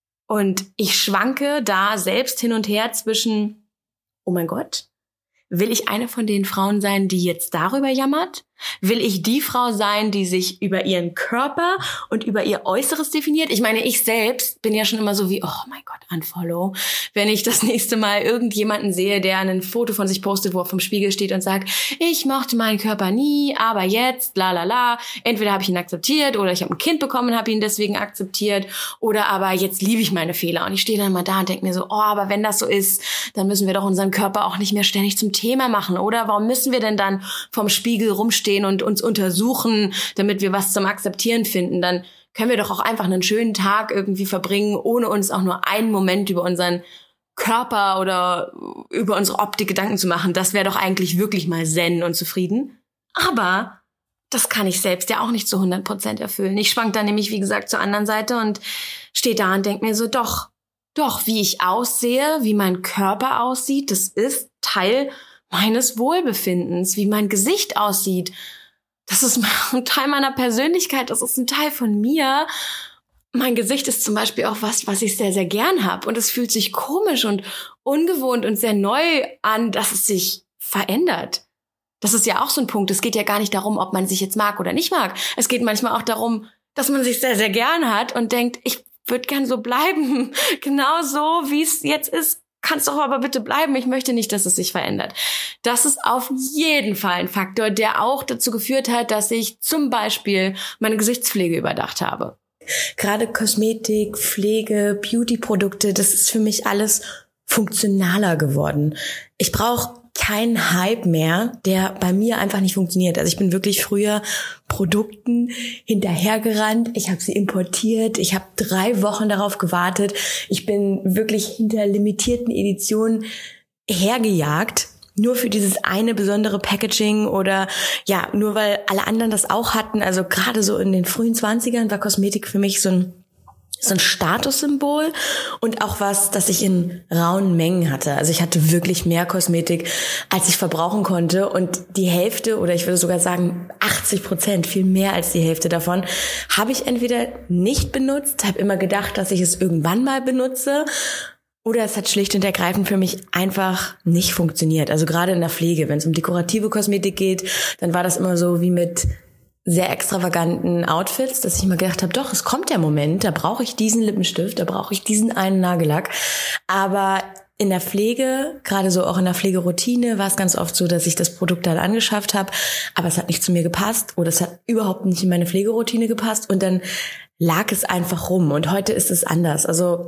Und ich schwanke da selbst hin und her zwischen, oh mein Gott, will ich eine von den Frauen sein, die jetzt darüber jammert? Will ich die Frau sein, die sich über ihren Körper und über ihr Äußeres definiert? Ich meine, ich selbst bin ja schon immer so wie, oh mein Gott, unfollow. Wenn ich das nächste Mal irgendjemanden sehe, der ein Foto von sich postet, wo er vom Spiegel steht und sagt, ich mochte meinen Körper nie, aber jetzt, la la la. Entweder habe ich ihn akzeptiert oder ich habe ein Kind bekommen und habe ihn deswegen akzeptiert. Oder aber jetzt liebe ich meine Fehler. Und ich stehe dann mal da und denke mir so, oh, aber wenn das so ist, dann müssen wir doch unseren Körper auch nicht mehr ständig zum Thema machen, oder? Warum müssen wir denn dann vom Spiegel rumstehen und uns untersuchen, damit wir was zum Akzeptieren finden? Dann können wir doch auch einfach einen schönen Tag irgendwie verbringen, ohne uns auch nur einen Moment über unseren Körper oder über unsere Optik Gedanken zu machen. Das wäre doch eigentlich wirklich mal zen und zufrieden. Aber das kann ich selbst ja auch nicht zu hundert Prozent erfüllen. Ich schwank dann nämlich, wie gesagt, zur anderen Seite und stehe da und denke mir so, doch, doch, wie ich aussehe, wie mein Körper aussieht, das ist Teil meines Wohlbefindens, wie mein Gesicht aussieht. Das ist ein Teil meiner Persönlichkeit, das ist ein Teil von mir. Mein Gesicht ist zum Beispiel auch was, was ich sehr, sehr gern habe. Und es fühlt sich komisch und ungewohnt und sehr neu an, dass es sich verändert. Das ist ja auch so ein Punkt. Es geht ja gar nicht darum, ob man sich jetzt mag oder nicht mag. Es geht manchmal auch darum, dass man sich sehr, sehr gern hat und denkt, ich würde gern so bleiben. Genau so, wie es jetzt ist. Kannst doch aber bitte bleiben. Ich möchte nicht, dass es sich verändert. Das ist auf jeden Fall ein Faktor, der auch dazu geführt hat, dass ich zum Beispiel meine Gesichtspflege überdacht habe. Gerade Kosmetik, Pflege, Beauty-Produkte, das ist für mich alles funktionaler geworden. Ich brauche keinen Hype mehr, der bei mir einfach nicht funktioniert. Also ich bin wirklich früher Produkten hinterhergerannt. Ich habe sie importiert. Ich habe drei Wochen darauf gewartet. Ich bin wirklich hinter limitierten Editionen hergejagt. Nur für dieses eine besondere Packaging oder ja, nur weil alle anderen das auch hatten. Also gerade so in den frühen zwanzigern war Kosmetik für mich so ein so ein Statussymbol und auch was, das ich in rauen Mengen hatte. Also ich hatte wirklich mehr Kosmetik, als ich verbrauchen konnte und die Hälfte oder ich würde sogar sagen achtzig Prozent, viel mehr als die Hälfte davon, habe ich entweder nicht benutzt, habe immer gedacht, dass ich es irgendwann mal benutze oder es hat schlicht und ergreifend für mich einfach nicht funktioniert. Also gerade in der Pflege, wenn es um dekorative Kosmetik geht, dann war das immer so wie mit sehr extravaganten Outfits, dass ich mir gedacht habe, doch, es kommt der Moment, da brauche ich diesen Lippenstift, da brauche ich diesen einen Nagellack. Aber in der Pflege, gerade so auch in der Pflegeroutine, war es ganz oft so, dass ich das Produkt dann angeschafft habe, aber es hat nicht zu mir gepasst oder es hat überhaupt nicht in meine Pflegeroutine gepasst und dann lag es einfach rum. Und heute ist es anders. Also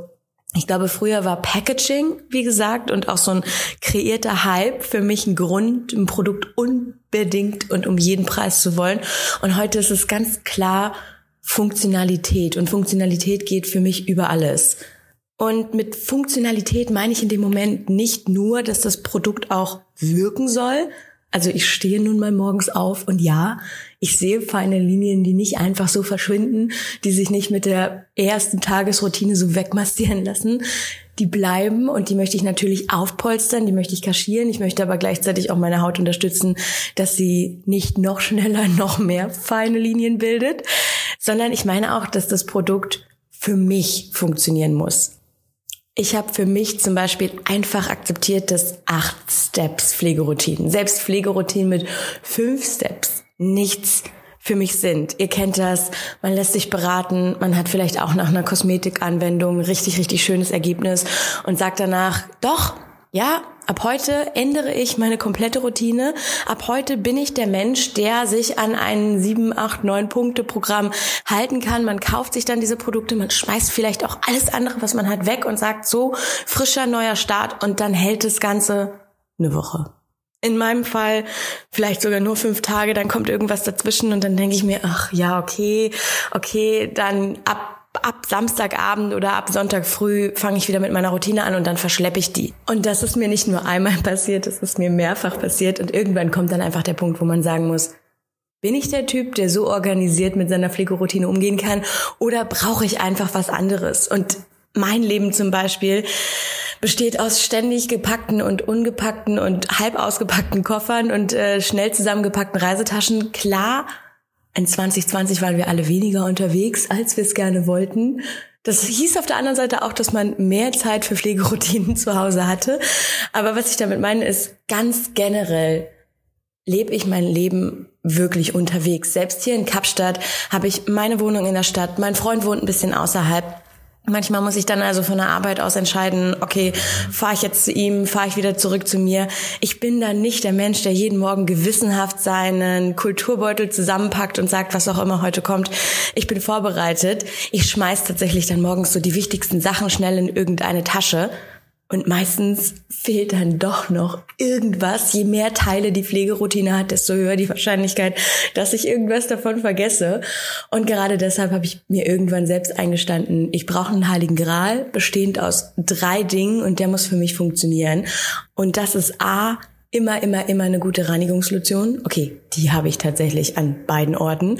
Ich glaube, früher war Packaging, wie gesagt, und auch so ein kreierter Hype für mich ein Grund, ein Produkt unbedingt und um jeden Preis zu wollen. Und heute ist es ganz klar Funktionalität. Und Funktionalität geht für mich über alles. Und mit Funktionalität meine ich in dem Moment nicht nur, dass das Produkt auch wirken soll. Also ich stehe nun mal morgens auf und ja, ich sehe feine Linien, die nicht einfach so verschwinden, die sich nicht mit der ersten Tagesroutine so wegmassieren lassen. Die bleiben und die möchte ich natürlich aufpolstern, die möchte ich kaschieren. Ich möchte aber gleichzeitig auch meine Haut unterstützen, dass sie nicht noch schneller, noch mehr feine Linien bildet, sondern ich meine auch, dass das Produkt für mich funktionieren muss. Ich habe für mich zum Beispiel einfach akzeptiert, dass acht Steps Pflegeroutinen, selbst Pflegeroutinen mit fünf Steps, nichts für mich sind. Ihr kennt das, man lässt sich beraten, man hat vielleicht auch nach einer Kosmetikanwendung ein richtig, richtig schönes Ergebnis und sagt danach, doch, ja, ab heute ändere ich meine komplette Routine. Ab heute bin ich der Mensch, der sich an ein sieben, acht, neun Punkte Programm halten kann. Man kauft sich dann diese Produkte, man schmeißt vielleicht auch alles andere, was man hat, weg und sagt so, frischer, neuer Start und dann hält das Ganze eine Woche. In meinem Fall vielleicht sogar nur fünf Tage, dann kommt irgendwas dazwischen und dann denke ich mir, ach ja, okay, okay, dann ab Ab Samstagabend oder ab Sonntag früh fange ich wieder mit meiner Routine an und dann verschleppe ich die. Und das ist mir nicht nur einmal passiert, das ist mir mehrfach passiert. Und irgendwann kommt dann einfach der Punkt, wo man sagen muss, bin ich der Typ, der so organisiert mit seiner Pflegeroutine umgehen kann oder brauche ich einfach was anderes? Und mein Leben zum Beispiel besteht aus ständig gepackten und ungepackten und halb ausgepackten Koffern und äh, schnell zusammengepackten Reisetaschen. Klar, in zwanzig zwanzig waren wir alle weniger unterwegs, als wir es gerne wollten. Das hieß auf der anderen Seite auch, dass man mehr Zeit für Pflegeroutinen zu Hause hatte. Aber was ich damit meine, ist, ganz generell lebe ich mein Leben wirklich unterwegs. Selbst hier in Kapstadt habe ich meine Wohnung in der Stadt. Mein Freund wohnt ein bisschen außerhalb. Manchmal muss ich dann also von der Arbeit aus entscheiden, okay, fahre ich jetzt zu ihm, fahre ich wieder zurück zu mir. Ich bin dann nicht der Mensch, der jeden Morgen gewissenhaft seinen Kulturbeutel zusammenpackt und sagt, was auch immer heute kommt. Ich bin vorbereitet. Ich schmeiß tatsächlich dann morgens so die wichtigsten Sachen schnell in irgendeine Tasche. Und meistens fehlt dann doch noch irgendwas. Je mehr Teile die Pflegeroutine hat, desto höher die Wahrscheinlichkeit, dass ich irgendwas davon vergesse. Und gerade deshalb habe ich mir irgendwann selbst eingestanden, ich brauche einen heiligen Gral, bestehend aus drei Dingen und der muss für mich funktionieren. Und das ist A, immer, immer, immer eine gute Reinigungslotion. Okay, die habe ich tatsächlich an beiden Orten.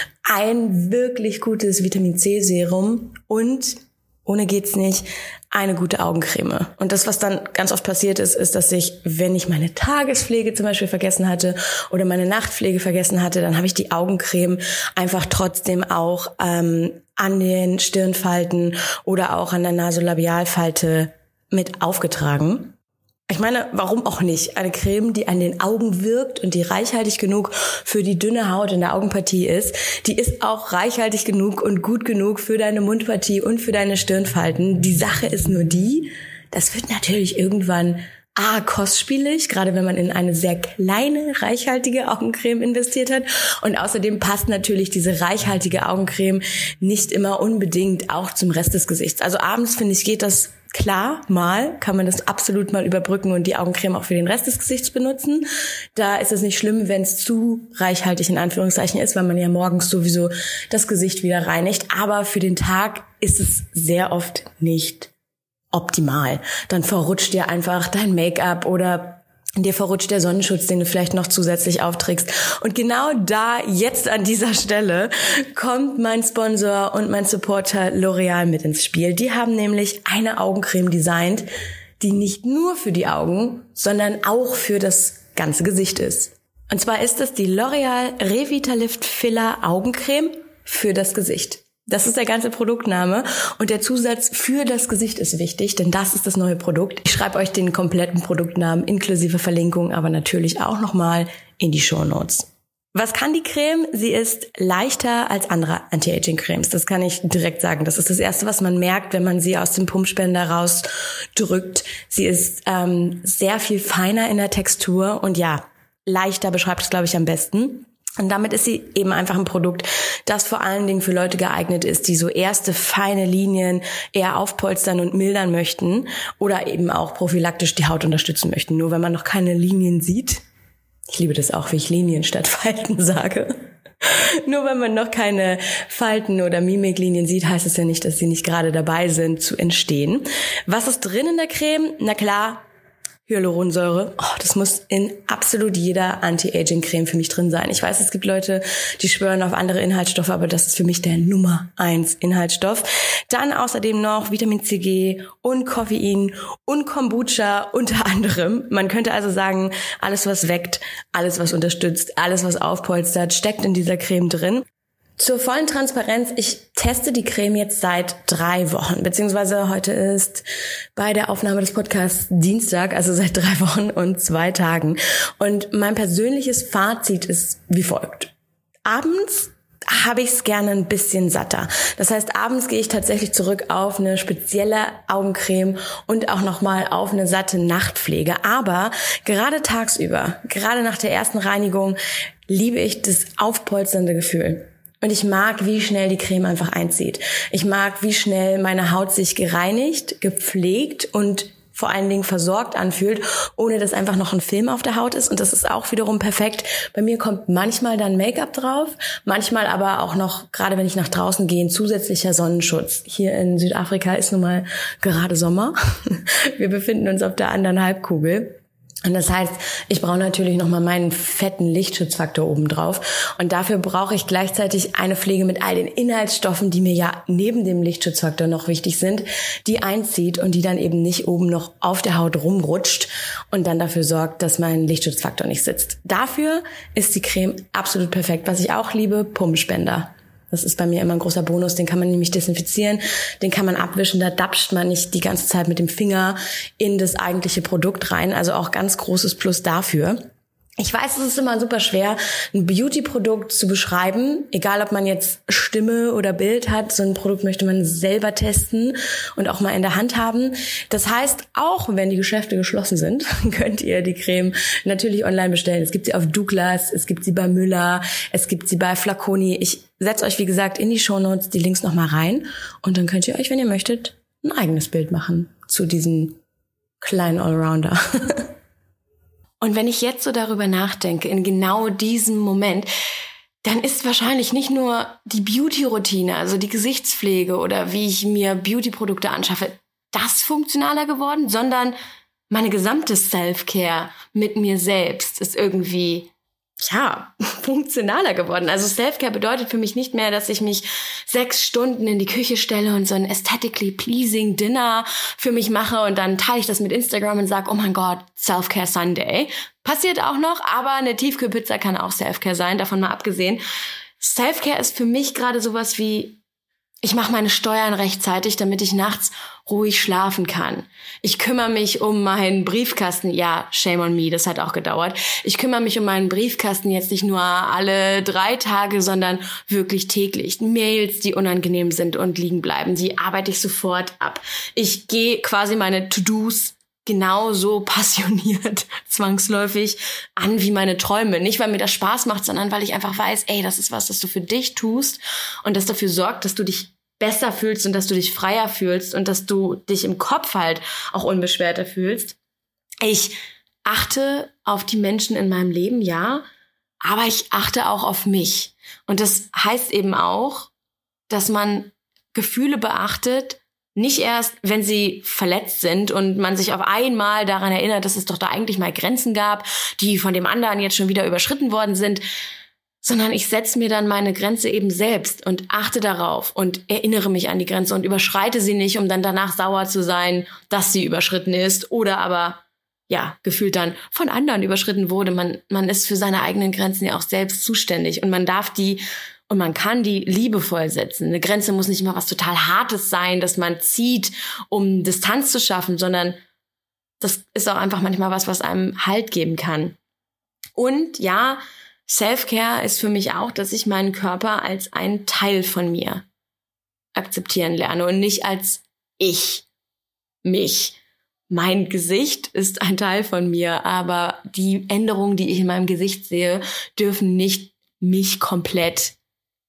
Ein wirklich gutes Vitamin-C-Serum und, ohne geht's nicht, eine gute Augencreme. Und das, was dann ganz oft passiert ist, ist, dass ich, wenn ich meine Tagespflege zum Beispiel vergessen hatte oder meine Nachtpflege vergessen hatte, dann habe ich die Augencreme einfach trotzdem auch ähm, an den Stirnfalten oder auch an der Nasolabialfalte mit aufgetragen. Ich meine, warum auch nicht? Eine Creme, die an den Augen wirkt und die reichhaltig genug für die dünne Haut in der Augenpartie ist, die ist auch reichhaltig genug und gut genug für deine Mundpartie und für deine Stirnfalten. Die Sache ist nur die, das wird natürlich irgendwann A, kostspielig, gerade wenn man in eine sehr kleine, reichhaltige Augencreme investiert hat. Und außerdem passt natürlich diese reichhaltige Augencreme nicht immer unbedingt auch zum Rest des Gesichts. Also abends, finde ich, geht das klar, mal kann man das absolut mal überbrücken und die Augencreme auch für den Rest des Gesichts benutzen. Da ist es nicht schlimm, wenn es zu reichhaltig in Anführungszeichen ist, weil man ja morgens sowieso das Gesicht wieder reinigt. Aber für den Tag ist es sehr oft nicht optimal. Dann verrutscht dir einfach dein Make-up oder dir verrutscht der Sonnenschutz, den du vielleicht noch zusätzlich aufträgst. Und genau da, jetzt an dieser Stelle, kommt mein Sponsor und mein Supporter L'Oreal mit ins Spiel. Die haben nämlich eine Augencreme designt, die nicht nur für die Augen, sondern auch für das ganze Gesicht ist. Und zwar ist es die L'Oreal Revitalift Filler Augencreme für das Gesicht. Das ist der ganze Produktname und der Zusatz für das Gesicht ist wichtig, denn das ist das neue Produkt. Ich schreibe euch den kompletten Produktnamen inklusive Verlinkung, aber natürlich auch nochmal in die Shownotes. Was kann die Creme? Sie ist leichter als andere Anti-Aging-Cremes. Das kann ich direkt sagen. Das ist das Erste, was man merkt, wenn man sie aus dem Pumpspender rausdrückt. Sie ist ähm, sehr viel feiner in der Textur und ja, leichter beschreibt es, glaube ich, am besten. Und damit ist sie eben einfach ein Produkt, das vor allen Dingen für Leute geeignet ist, die so erste feine Linien eher aufpolstern und mildern möchten oder eben auch prophylaktisch die Haut unterstützen möchten. Nur wenn man noch keine Linien sieht, ich liebe das auch, wie ich Linien statt Falten sage. Nur wenn man noch keine Falten oder Mimiklinien sieht, heißt es ja nicht, dass sie nicht gerade dabei sind zu entstehen. Was ist drin in der Creme? Na klar, Hyaluronsäure. Oh, das muss in absolut jeder Anti-Aging-Creme für mich drin sein. Ich weiß, es gibt Leute, die schwören auf andere Inhaltsstoffe, aber das ist für mich der Nummer eins Inhaltsstoff. Dann außerdem noch Vitamin C G und Koffein und Kombucha unter anderem. Man könnte also sagen, alles was weckt, alles was unterstützt, alles was aufpolstert, steckt in dieser Creme drin. Zur vollen Transparenz, ich teste die Creme jetzt seit drei Wochen, beziehungsweise heute ist bei der Aufnahme des Podcasts Dienstag, also seit drei Wochen und zwei Tagen. Und mein persönliches Fazit ist wie folgt. Abends habe ich es gerne ein bisschen satter. Das heißt, abends gehe ich tatsächlich zurück auf eine spezielle Augencreme und auch nochmal auf eine satte Nachtpflege. Aber gerade tagsüber, gerade nach der ersten Reinigung, liebe ich das aufpolsternde Gefühl. Und ich mag, wie schnell die Creme einfach einzieht. Ich mag, wie schnell meine Haut sich gereinigt, gepflegt und vor allen Dingen versorgt anfühlt, ohne dass einfach noch ein Film auf der Haut ist. Und das ist auch wiederum perfekt. Bei mir kommt manchmal dann Make-up drauf, manchmal aber auch noch, gerade wenn ich nach draußen gehe, ein zusätzlicher Sonnenschutz. Hier in Südafrika ist nun mal gerade Sommer. Wir befinden uns auf der anderen Halbkugel. Und das heißt, ich brauche natürlich nochmal meinen fetten Lichtschutzfaktor obendrauf. Und dafür brauche ich gleichzeitig eine Pflege mit all den Inhaltsstoffen, die mir ja neben dem Lichtschutzfaktor noch wichtig sind, die einzieht und die dann eben nicht oben noch auf der Haut rumrutscht und dann dafür sorgt, dass mein Lichtschutzfaktor nicht sitzt. Dafür ist die Creme absolut perfekt. Was ich auch liebe, Pumpenspender. Das ist bei mir immer ein großer Bonus, den kann man nämlich desinfizieren, den kann man abwischen, da dapscht man nicht die ganze Zeit mit dem Finger in das eigentliche Produkt rein, also auch ganz großes Plus dafür. Ich weiß, es ist immer super schwer, ein Beauty-Produkt zu beschreiben, egal ob man jetzt Stimme oder Bild hat. So ein Produkt möchte man selber testen und auch mal in der Hand haben. Das heißt, auch wenn die Geschäfte geschlossen sind, könnt ihr die Creme natürlich online bestellen. Es gibt sie auf Douglas, es gibt sie bei Müller, es gibt sie bei Flaconi. Ich setze euch, wie gesagt, in die Shownotes die Links nochmal rein und dann könnt ihr euch, wenn ihr möchtet, ein eigenes Bild machen zu diesem kleinen Allrounder. Und wenn ich jetzt so darüber nachdenke, in genau diesem Moment, dann ist wahrscheinlich nicht nur die Beauty-Routine, also die Gesichtspflege oder wie ich mir Beauty-Produkte anschaffe, das funktionaler geworden, sondern meine gesamte Self-Care mit mir selbst ist irgendwie, ja, funktionaler geworden. Also Self-Care bedeutet für mich nicht mehr, dass ich mich sechs Stunden in die Küche stelle und so ein aesthetically pleasing Dinner für mich mache und dann teile ich das mit Instagram und sage, oh mein Gott, Self-Care Sunday. Passiert auch noch, aber eine Tiefkühlpizza kann auch Self-Care sein, davon mal abgesehen. Self-Care ist für mich gerade sowas wie, ich mache meine Steuern rechtzeitig, damit ich nachts ruhig schlafen kann. Ich kümmere mich um meinen Briefkasten. Ja, shame on me, das hat auch gedauert. Ich kümmere mich um meinen Briefkasten jetzt nicht nur alle drei Tage, sondern wirklich täglich. Mails, die unangenehm sind und liegen bleiben, die arbeite ich sofort ab. Ich gehe quasi meine To-Dos genauso passioniert, zwangsläufig an wie meine Träume. Nicht, weil mir das Spaß macht, sondern weil ich einfach weiß, ey, das ist was, das du für dich tust und das dafür sorgt, dass du dich besser fühlst und dass du dich freier fühlst und dass du dich im Kopf halt auch unbeschwerter fühlst. Ich achte auf die Menschen in meinem Leben, ja, aber ich achte auch auf mich. Und das heißt eben auch, dass man Gefühle beachtet, nicht erst, wenn sie verletzt sind und man sich auf einmal daran erinnert, dass es doch da eigentlich mal Grenzen gab, die von dem anderen jetzt schon wieder überschritten worden sind, sondern ich setze mir dann meine Grenze eben selbst und achte darauf und erinnere mich an die Grenze und überschreite sie nicht, um dann danach sauer zu sein, dass sie überschritten ist oder aber, ja, gefühlt dann von anderen überschritten wurde. Man, man ist für seine eigenen Grenzen ja auch selbst zuständig und man darf die und man kann die liebevoll setzen. Eine Grenze muss nicht immer was total Hartes sein, dass man zieht, um Distanz zu schaffen, sondern das ist auch einfach manchmal was, was einem Halt geben kann. Und ja, Self-Care ist für mich auch, dass ich meinen Körper als einen Teil von mir akzeptieren lerne und nicht als ich, mich. Mein Gesicht ist ein Teil von mir, aber die Änderungen, die ich in meinem Gesicht sehe, dürfen nicht mich komplett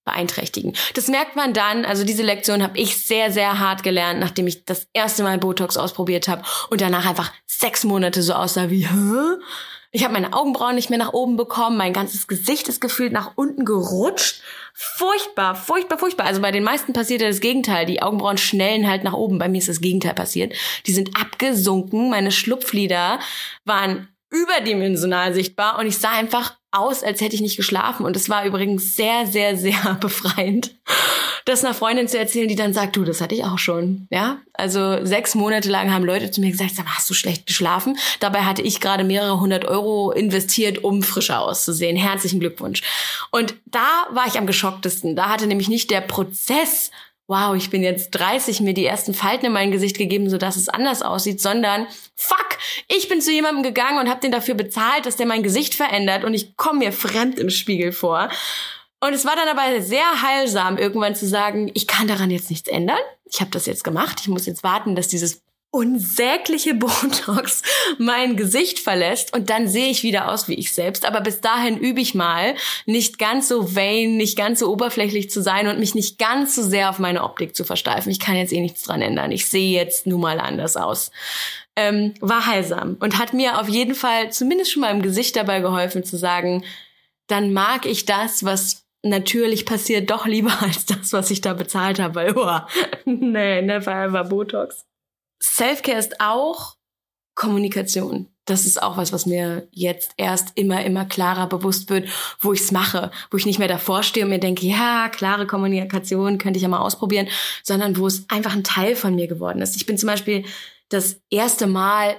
beeinträchtigen. Das merkt man dann, also diese Lektion habe ich sehr, sehr hart gelernt, nachdem ich das erste Mal Botox ausprobiert habe und danach einfach sechs Monate so aussah wie, hä? Ich habe meine Augenbrauen nicht mehr nach oben bekommen, mein ganzes Gesicht ist gefühlt nach unten gerutscht. Furchtbar, furchtbar, furchtbar. Also bei den meisten passiert ja das Gegenteil. Die Augenbrauen schnellen halt nach oben. Bei mir ist das Gegenteil passiert. Die sind abgesunken, meine Schlupflider waren überdimensional sichtbar und ich sah einfach aus, als hätte ich nicht geschlafen. Und es war übrigens sehr, sehr, sehr befreiend, das einer Freundin zu erzählen, die dann sagt, du, das hatte ich auch schon. Ja, also sechs Monate lang haben Leute zu mir gesagt, sag mal, hast du schlecht geschlafen? Dabei hatte ich gerade mehrere hundert Euro investiert, um frischer auszusehen. Herzlichen Glückwunsch. Und da war ich am geschocktesten. Da hatte nämlich nicht der Prozess, wow, ich bin jetzt dreißig, mir die ersten Falten in mein Gesicht gegeben, sodass es anders aussieht, sondern fuck, ich bin zu jemandem gegangen und habe den dafür bezahlt, dass der mein Gesicht verändert und ich komme mir fremd im Spiegel vor. Und es war dann aber sehr heilsam, irgendwann zu sagen, ich kann daran jetzt nichts ändern. Ich habe das jetzt gemacht. Ich muss jetzt warten, dass dieses unsägliche Botox mein Gesicht verlässt und dann sehe ich wieder aus wie ich selbst. Aber bis dahin übe ich mal, nicht ganz so vain, nicht ganz so oberflächlich zu sein und mich nicht ganz so sehr auf meine Optik zu versteifen. Ich kann jetzt eh nichts dran ändern. Ich sehe jetzt nun mal anders aus. Ähm, war heilsam und hat mir auf jeden Fall zumindest schon mal im Gesicht dabei geholfen zu sagen, dann mag ich das, was natürlich passiert, doch lieber als das, was ich da bezahlt habe. Weil, oh, nee, never ever Botox. Selfcare ist auch Kommunikation. Das ist auch was, was mir jetzt erst immer, immer klarer bewusst wird, wo ich es mache. Wo ich nicht mehr davor stehe und mir denke, ja, klare Kommunikation könnte ich ja mal ausprobieren, sondern wo es einfach ein Teil von mir geworden ist. Ich bin zum Beispiel das erste Mal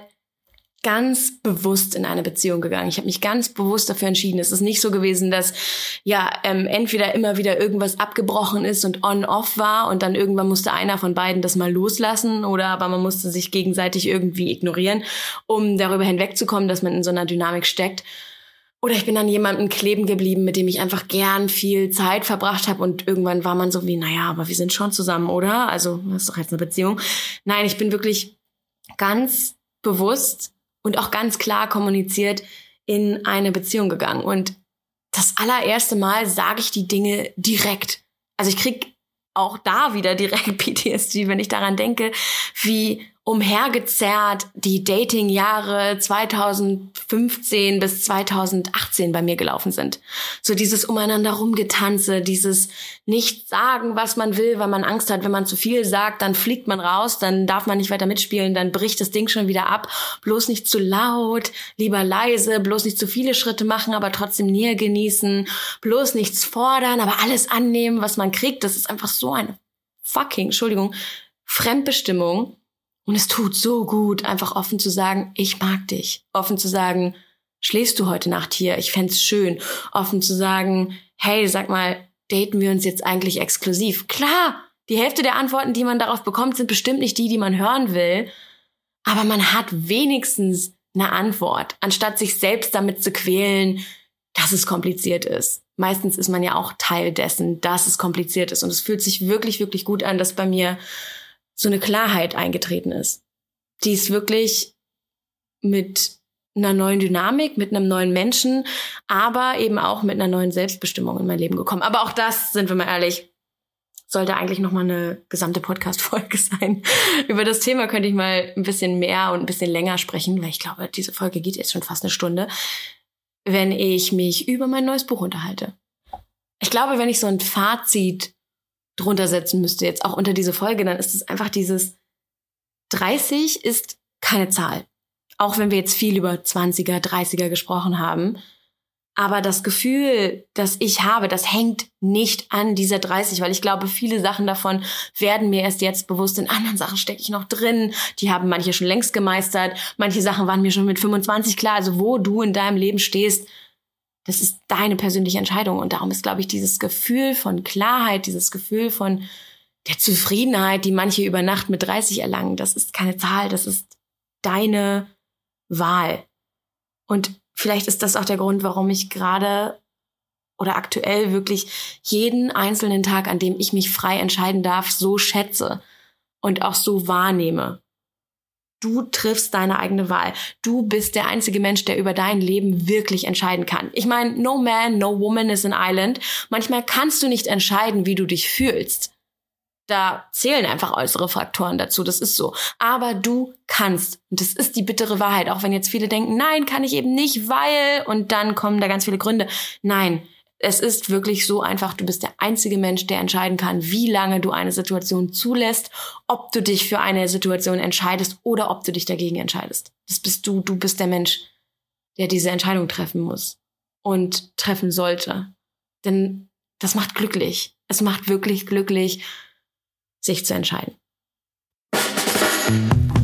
ganz bewusst in eine Beziehung gegangen. Ich habe mich ganz bewusst dafür entschieden. Es ist nicht so gewesen, dass ja ähm, entweder immer wieder irgendwas abgebrochen ist und on-off war und dann irgendwann musste einer von beiden das mal loslassen oder aber man musste sich gegenseitig irgendwie ignorieren, um darüber hinwegzukommen, dass man in so einer Dynamik steckt. Oder ich bin an jemandem kleben geblieben, mit dem ich einfach gern viel Zeit verbracht habe und irgendwann war man so wie, naja, aber wir sind schon zusammen, oder? Also das ist doch jetzt eine Beziehung. Nein, ich bin wirklich ganz bewusst und auch ganz klar kommuniziert in eine Beziehung gegangen. Und das allererste Mal sage ich die Dinge direkt. Also ich krieg auch da wieder direkt P T S D, wenn ich daran denke, wie umhergezerrt die Dating-Jahre zweitausendfünfzehn bis zweitausendachtzehn bei mir gelaufen sind. So dieses umeinander rumgetanze, dieses nicht sagen, was man will, weil man Angst hat, wenn man zu viel sagt, dann fliegt man raus, dann darf man nicht weiter mitspielen, dann bricht das Ding schon wieder ab. Bloß nicht zu laut, lieber leise, bloß nicht zu viele Schritte machen, aber trotzdem Nähe genießen, bloß nichts fordern, aber alles annehmen, was man kriegt. Das ist einfach so eine fucking, Entschuldigung, Fremdbestimmung. Und es tut so gut, einfach offen zu sagen, ich mag dich. Offen zu sagen, schläfst du heute Nacht hier? Ich fänd's schön. Offen zu sagen, hey, sag mal, daten wir uns jetzt eigentlich exklusiv? Klar, die Hälfte der Antworten, die man darauf bekommt, sind bestimmt nicht die, die man hören will. Aber man hat wenigstens eine Antwort, anstatt sich selbst damit zu quälen, dass es kompliziert ist. Meistens ist man ja auch Teil dessen, dass es kompliziert ist. Und es fühlt sich wirklich, wirklich gut an, dass bei mir so eine Klarheit eingetreten ist. Die ist wirklich mit einer neuen Dynamik, mit einem neuen Menschen, aber eben auch mit einer neuen Selbstbestimmung in mein Leben gekommen. Aber auch das, sind wir mal ehrlich, sollte eigentlich nochmal eine gesamte Podcast-Folge sein. Über das Thema könnte ich mal ein bisschen mehr und ein bisschen länger sprechen, weil ich glaube, diese Folge geht jetzt schon fast eine Stunde, wenn ich mich über mein neues Buch unterhalte. Ich glaube, wenn ich so ein Fazit drunter setzen müsste, jetzt auch unter diese Folge, dann ist es einfach dieses dreißig ist keine Zahl. Auch wenn wir jetzt viel über zwanziger, dreißiger gesprochen haben. Aber das Gefühl, das ich habe, das hängt nicht an dieser dreißig, weil ich glaube, viele Sachen davon werden mir erst jetzt bewusst. In anderen Sachen stecke ich noch drin. Die haben manche schon längst gemeistert. Manche Sachen waren mir schon mit fünfundzwanzig klar. Also wo du in deinem Leben stehst, das ist deine persönliche Entscheidung. Und darum ist, glaube ich, dieses Gefühl von Klarheit, dieses Gefühl von der Zufriedenheit, die manche über Nacht mit dreißig erlangen, das ist keine Zahl, das ist deine Wahl. Und vielleicht ist das auch der Grund, warum ich gerade oder aktuell wirklich jeden einzelnen Tag, an dem ich mich frei entscheiden darf, so schätze und auch so wahrnehme. Du triffst deine eigene Wahl. Du bist der einzige Mensch, der über dein Leben wirklich entscheiden kann. Ich meine, no man, no woman is an island. Manchmal kannst du nicht entscheiden, wie du dich fühlst. Da zählen einfach äußere Faktoren dazu, das ist so. Aber du kannst. Und das ist die bittere Wahrheit, auch wenn jetzt viele denken, nein, kann ich eben nicht, weil... Und dann kommen da ganz viele Gründe. Nein, es ist wirklich so einfach, du bist der einzige Mensch, der entscheiden kann, wie lange du eine Situation zulässt, ob du dich für eine Situation entscheidest oder ob du dich dagegen entscheidest. Das bist du, du bist der Mensch, der diese Entscheidung treffen muss und treffen sollte. Denn das macht glücklich. Es macht wirklich glücklich, sich zu entscheiden.